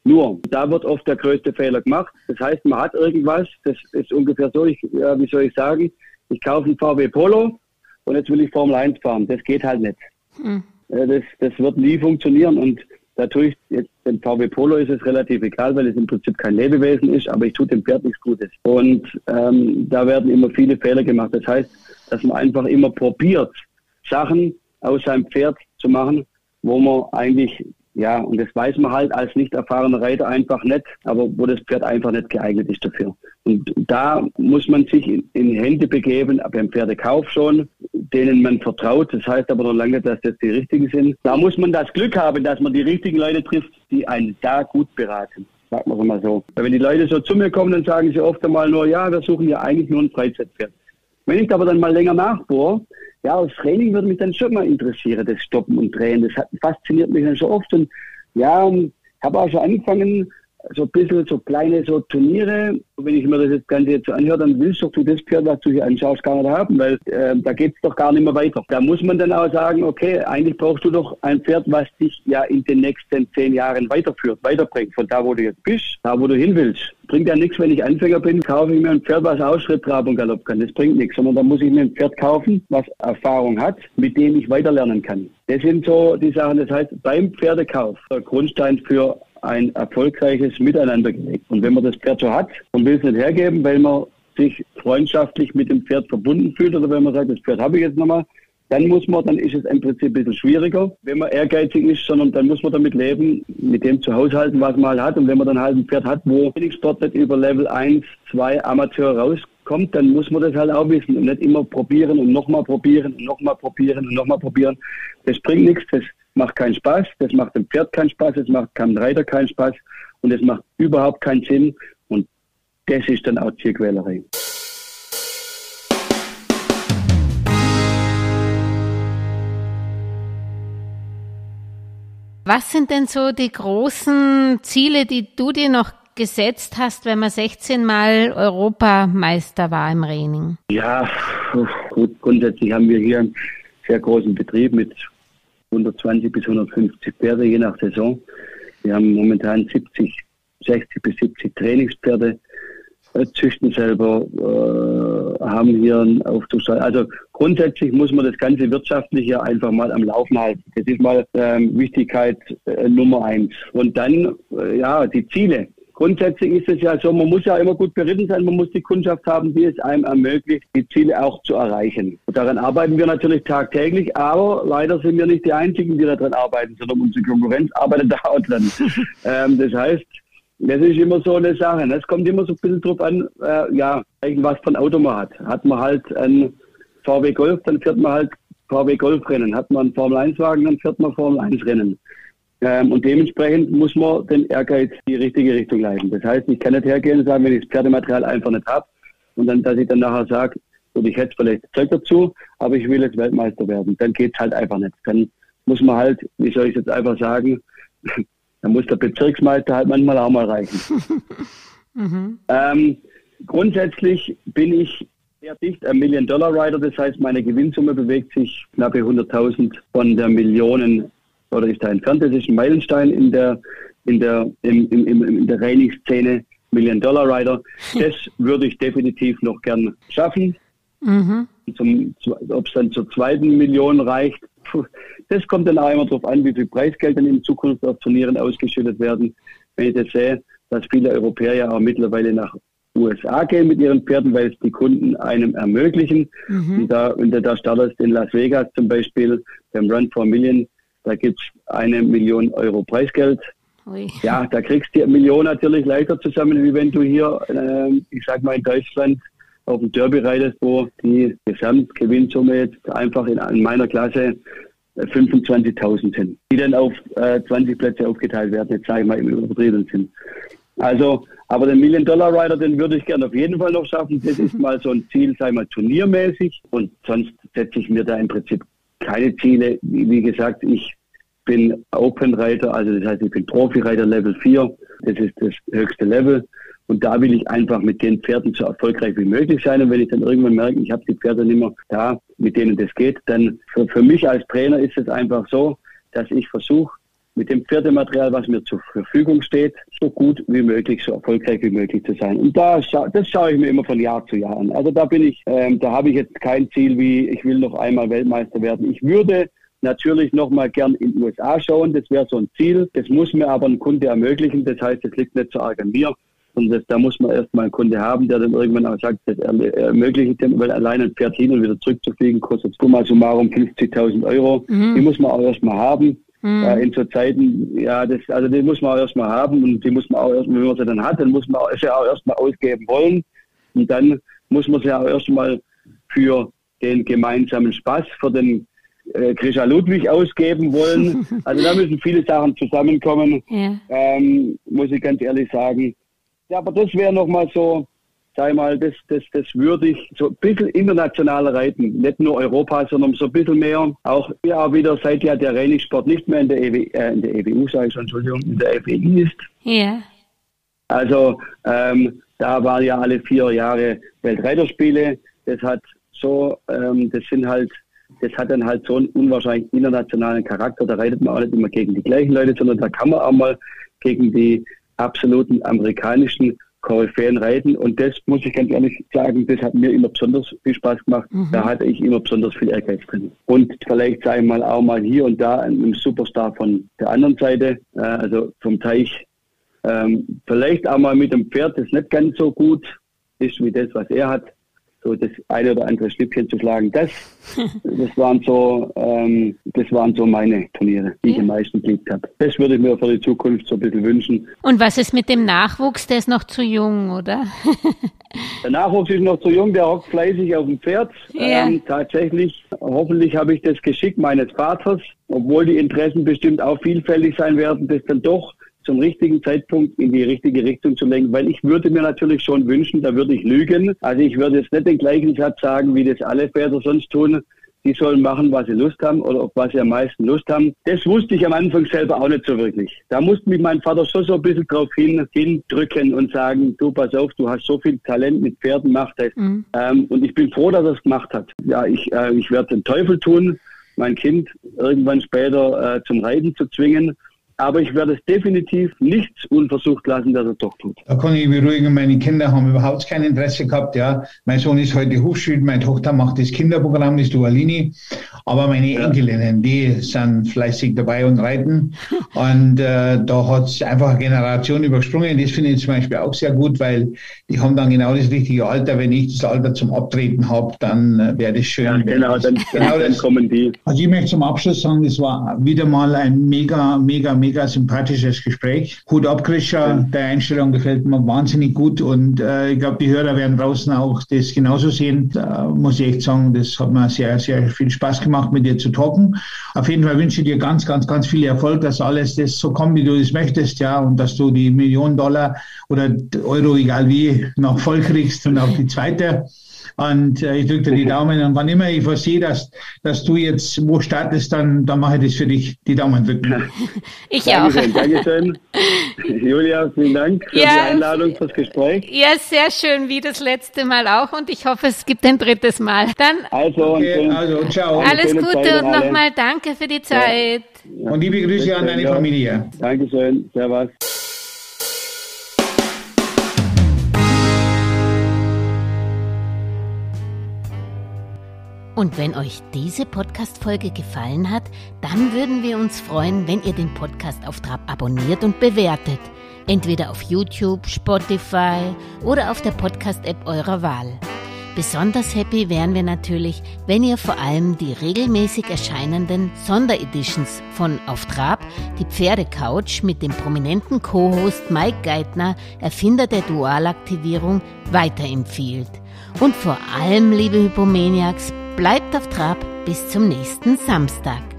Nur, da wird oft der größte Fehler gemacht. Das heißt, man hat irgendwas, das ist ungefähr so, ich, äh, wie soll ich sagen, ich kaufe einen V W Polo und jetzt will ich Formel eins fahren. Das geht halt nicht. Hm. Äh, das, das wird nie funktionieren und da tue ich jetzt, dem V W Polo ist es relativ egal, weil es im Prinzip kein Lebewesen ist, aber ich tue dem Pferd nichts Gutes. Und ähm, da werden immer viele Fehler gemacht. Das heißt, dass man einfach immer probiert, Sachen aus seinem Pferd zu machen, wo man eigentlich, ja, und das weiß man halt als nicht erfahrener Reiter einfach nicht, aber wo das Pferd einfach nicht geeignet ist dafür. Und da muss man sich in, in Hände begeben, beim Pferdekauf schon, denen man vertraut. Das heißt aber noch lange nicht, dass das die richtigen sind. Da muss man das Glück haben, dass man die richtigen Leute trifft, die einen da gut beraten. Sagen wir es mal so. Weil wenn die Leute so zu mir kommen, dann sagen sie oft einmal nur, ja, wir suchen ja eigentlich nur ein Freizeitpferd. Wenn ich aber dann mal länger nachbohre, ja, das Training würde mich dann schon mal interessieren, das Stoppen und Drehen. Das hat, fasziniert mich dann schon oft. Und ja, ich habe auch schon angefangen, so ein bisschen so kleine so Turniere. Und wenn ich mir das Ganze jetzt so anhöre, dann willst doch du das Pferd, was du hier anschaust, gar nicht haben, weil äh, da geht's doch gar nicht mehr weiter. Da muss man dann auch sagen, okay, eigentlich brauchst du doch ein Pferd, was dich ja in den nächsten zehn Jahren weiterführt, weiterbringt, von da, wo du jetzt bist, da, wo du hin willst. Bringt ja nichts, wenn ich Anfänger bin, kaufe ich mir ein Pferd, was auch Schritt, Trab und Galopp kann. Das bringt nichts, sondern da muss ich mir ein Pferd kaufen, was Erfahrung hat, mit dem ich weiterlernen kann. Das sind so die Sachen, das heißt, beim Pferdekauf der Grundstein für ein erfolgreiches Miteinander gelegt. Und wenn man das Pferd so hat und will es nicht hergeben, weil man sich freundschaftlich mit dem Pferd verbunden fühlt oder wenn man sagt, das Pferd habe ich jetzt nochmal, dann muss man, dann ist es im Prinzip ein bisschen schwieriger, wenn man ehrgeizig ist, sondern dann muss man damit leben, mit dem zu haushalten, was man halt hat. Und wenn man dann halt ein Pferd hat, wo Sport nicht über Level eins, zwei Amateur rauskommt, dann muss man das halt auch wissen und nicht immer probieren und nochmal probieren und nochmal probieren und nochmal probieren. Das bringt nichts, das macht keinen Spaß, das macht dem Pferd keinen Spaß, das macht keinem Reiter keinen Spaß und das macht überhaupt keinen Sinn und das ist dann auch Tierquälerei. Was sind denn so die großen Ziele, die du dir noch gesetzt hast, wenn man sechzehn Mal Europameister war im Reining? Ja, gut, grundsätzlich haben wir hier einen sehr großen Betrieb mit hundertzwanzig bis hundertfünfzig Pferde, je nach Saison. Wir haben momentan siebzig, sechzig bis siebzig Trainingspferde, äh, züchten selber, äh, haben hier einen Aufzugsstall. Also grundsätzlich muss man das ganze Wirtschaftliche einfach mal am Laufen halten. Das ist mal ähm, Wichtigkeit äh, Nummer eins. Und dann, äh, ja, die Ziele. Grundsätzlich ist es ja so, man muss ja immer gut beritten sein, man muss die Kundschaft haben, die es einem ermöglicht, die Ziele auch zu erreichen. Und daran arbeiten wir natürlich tagtäglich, aber leider sind wir nicht die Einzigen, die daran arbeiten, sondern unsere Konkurrenz arbeitet da auch dran. ähm, das heißt, das ist immer so eine Sache. Es kommt immer so ein bisschen drauf an, äh, ja, was für ein Auto man hat. Hat man halt ein V W Golf, dann fährt man halt V W Golf Rennen. Hat man einen Formel eins Wagen, dann fährt man Formel eins Rennen. Ähm, und dementsprechend muss man den Ehrgeiz in die richtige Richtung leiten. Das heißt, ich kann nicht hergehen und sagen, wenn ich das Pferdematerial einfach nicht habe und dann, dass ich dann nachher sage, und ich hätte vielleicht Zeug dazu, aber ich will jetzt Weltmeister werden. Dann geht's halt einfach nicht. Dann muss man halt, wie soll ich jetzt einfach sagen, dann muss der Bezirksmeister halt manchmal auch mal reichen. mhm. ähm, grundsätzlich bin ich sehr dicht am Million-Dollar-Rider, das heißt, meine Gewinnsumme bewegt sich knappe hunderttausend von der Millionen oder ist da entfernt. Das ist ein Meilenstein in der in der im, im, im, in der Reining-Szene, Million-Dollar-Rider. Das würde ich definitiv noch gern schaffen. Mhm. Ob es dann zur zweiten Million reicht, das kommt dann auch immer darauf an, wie viel Preisgeld dann in Zukunft auf Turnieren ausgeschüttet werden. Wenn ich das sehe, dass viele Europäer ja auch mittlerweile nach U S A gehen mit ihren Pferden, weil es die Kunden einem ermöglichen. Mhm. Und da, und da startest in Las Vegas zum Beispiel beim Run for a Million, da gibt es eine Million Euro Preisgeld. Ui. Ja, da kriegst du die Million natürlich leichter zusammen, wie wenn du hier, äh, ich sag mal in Deutschland, auf dem Derby reitest, wo die Gesamtgewinnsumme jetzt einfach in, in meiner Klasse fünfundzwanzigtausend sind, die dann auf äh, zwanzig Plätze aufgeteilt werden, jetzt sage ich mal im übertriebenen Sinn. Also, aber den Million-Dollar-Rider, den würde ich gerne auf jeden Fall noch schaffen. Das ist mal so ein Ziel, sei mal turniermäßig. Und sonst setze ich mir da im Prinzip keine Ziele. Wie gesagt, ich bin Open-Reiter, also das heißt, ich bin Profi-Reiter Level vier. Das ist das höchste Level. Und da will ich einfach mit den Pferden so erfolgreich wie möglich sein. Und wenn ich dann irgendwann merke, ich habe die Pferde nicht mehr da, mit denen das geht, dann für, für mich als Trainer ist es einfach so, dass ich versuche, mit dem Pferdematerial, was mir zur Verfügung steht, so gut wie möglich, so erfolgreich wie möglich zu sein. Und da scha- das schaue ich mir immer von Jahr zu Jahr an. Also da bin ich, ähm, da habe ich jetzt kein Ziel wie, ich will noch einmal Weltmeister werden. Ich würde natürlich noch mal gern in den U S A schauen, das wäre so ein Ziel. Das muss mir aber ein Kunde ermöglichen, das heißt, das liegt nicht so arg an mir. Und das, da muss man erstmal einen Kunde haben, der dann irgendwann auch sagt, das ermöglicht dem, weil allein ein Pferd hin und wieder zurückzufliegen, kostet summa summarum fünfzigtausend Euro. Mhm. Die muss man auch erstmal haben. Mhm. Äh, in so Zeiten, ja, das, also die muss man auch erstmal haben und die muss man auch erstmal, wenn man sie dann hat, dann muss man auch, sie auch erstmal ausgeben wollen. Und dann muss man sie auch erstmal für den gemeinsamen Spaß, für den äh, Grisha Ludwig ausgeben wollen. Also da müssen viele Sachen zusammenkommen, ja. ähm, muss ich ganz ehrlich sagen. Ja, aber das wäre nochmal so, sag ich mal, das, das, das würde ich so ein bisschen internationaler reiten. Nicht nur Europa, sondern so ein bisschen mehr. Auch ja wieder, seit ja der Reiningsport nicht mehr in der, E W, äh, in der E W U, sage ich schon, Entschuldigung, in der F E I ist. Ja. Also, ähm, da waren ja alle vier Jahre Weltreiterspiele. Das hat so, ähm, das sind halt, das hat dann halt so einen unwahrscheinlich internationalen Charakter. Da reitet man auch nicht immer gegen die gleichen Leute, sondern da kann man auch mal gegen die absoluten amerikanischen Koryphäen reiten. Und das muss ich ganz ehrlich sagen, das hat mir immer besonders viel Spaß gemacht. Mhm. Da hatte ich immer besonders viel Ehrgeiz drin. Und vielleicht, sage ich mal, auch mal hier und da einen Superstar von der anderen Seite, äh, also vom Teich. Ähm, vielleicht auch mal mit einem Pferd, das nicht ganz so gut ist wie das, was er hat. So das eine oder andere Schnippchen zu schlagen. Das, das waren so, ähm, das waren so meine Turniere, die ja. ich am meisten geliebt habe. Das würde ich mir für die Zukunft so ein bisschen wünschen. Und was ist mit dem Nachwuchs? Der ist noch zu jung, oder? Der Nachwuchs ist noch zu jung, der hockt fleißig auf dem Pferd. Ja. Ähm, tatsächlich, hoffentlich habe ich das Geschick meines Vaters, obwohl die Interessen bestimmt auch vielfältig sein werden, das dann doch zum richtigen Zeitpunkt in die richtige Richtung zu lenken, weil ich würde mir natürlich schon wünschen, da würde ich lügen. Also ich würde jetzt nicht den gleichen Satz sagen, wie das alle Väter sonst tun. Die sollen machen, was sie Lust haben oder auf was sie am meisten Lust haben. Das wusste ich am Anfang selber auch nicht so wirklich. Da musste mich mein Vater schon so ein bisschen drauf hin, hindrücken und sagen, du pass auf, du hast so viel Talent mit Pferden, mach das. Mhm. Ähm, und ich bin froh, dass er es gemacht hat. Ja, ich, äh, ich werde den Teufel tun, mein Kind irgendwann später äh, zum Reiten zu zwingen. Aber ich werde es definitiv nichts unversucht lassen, dass er doch tut. Da kann ich beruhigen, meine Kinder haben überhaupt kein Interesse gehabt. Ja, mein Sohn ist heute Hochschüler, meine Tochter macht das Kinderprogramm, das Dualini. Aber meine ja. Enkelinnen, die sind fleißig dabei und reiten. Und äh, da hat es einfach eine Generation übersprungen. Das finde ich zum Beispiel auch sehr gut, weil die haben dann genau das richtige Alter. Wenn ich das Alter zum Abtreten habe, dann äh, wäre das schön. Ja, genau, dann, genau dann kommen die. Also ich möchte zum Abschluss sagen, das war wieder mal ein mega, mega, mega sympathisches Gespräch. Hut ab, Grisha, ja. Deine Einstellung gefällt mir wahnsinnig gut und äh, ich glaube, die Hörer werden draußen auch das genauso sehen. Da muss ich echt sagen, das hat mir sehr, sehr viel Spaß gemacht, mit dir zu talken. Auf jeden Fall wünsche ich dir ganz, ganz, ganz viel Erfolg, dass alles das so kommt, wie du das möchtest, ja, und dass du die Millionen Dollar oder Euro, egal wie, noch voll kriegst und auch die zweite. Und äh, ich drücke dir die Daumen und wann immer ich versehe, dass, dass du jetzt wo startest, dann, dann mache ich das für dich, die Daumen drücken. Ich Dankeschön, auch. Dankeschön. Julia, vielen Dank für ja, die Einladung, fürs Gespräch. Ja, sehr schön, wie das letzte Mal auch und ich hoffe, es gibt ein drittes Mal. Dann also, okay, also ciao. Alles Gute und nochmal danke für die Zeit. Ja. Und liebe Grüße an deine Familie. Dankeschön, servus. Und wenn euch diese Podcast-Folge gefallen hat, dann würden wir uns freuen, wenn ihr den Podcast auf Trab abonniert und bewertet. Entweder auf YouTube, Spotify oder auf der Podcast-App eurer Wahl. Besonders happy wären wir natürlich, wenn ihr vor allem die regelmäßig erscheinenden Sondereditions von Auf Trab, die Pferdecouch mit dem prominenten Co-Host Mike Geithner, Erfinder der Dualaktivierung, weiterempfiehlt. Und vor allem, liebe Hypomaniacs, bleibt auf Trab bis zum nächsten Samstag.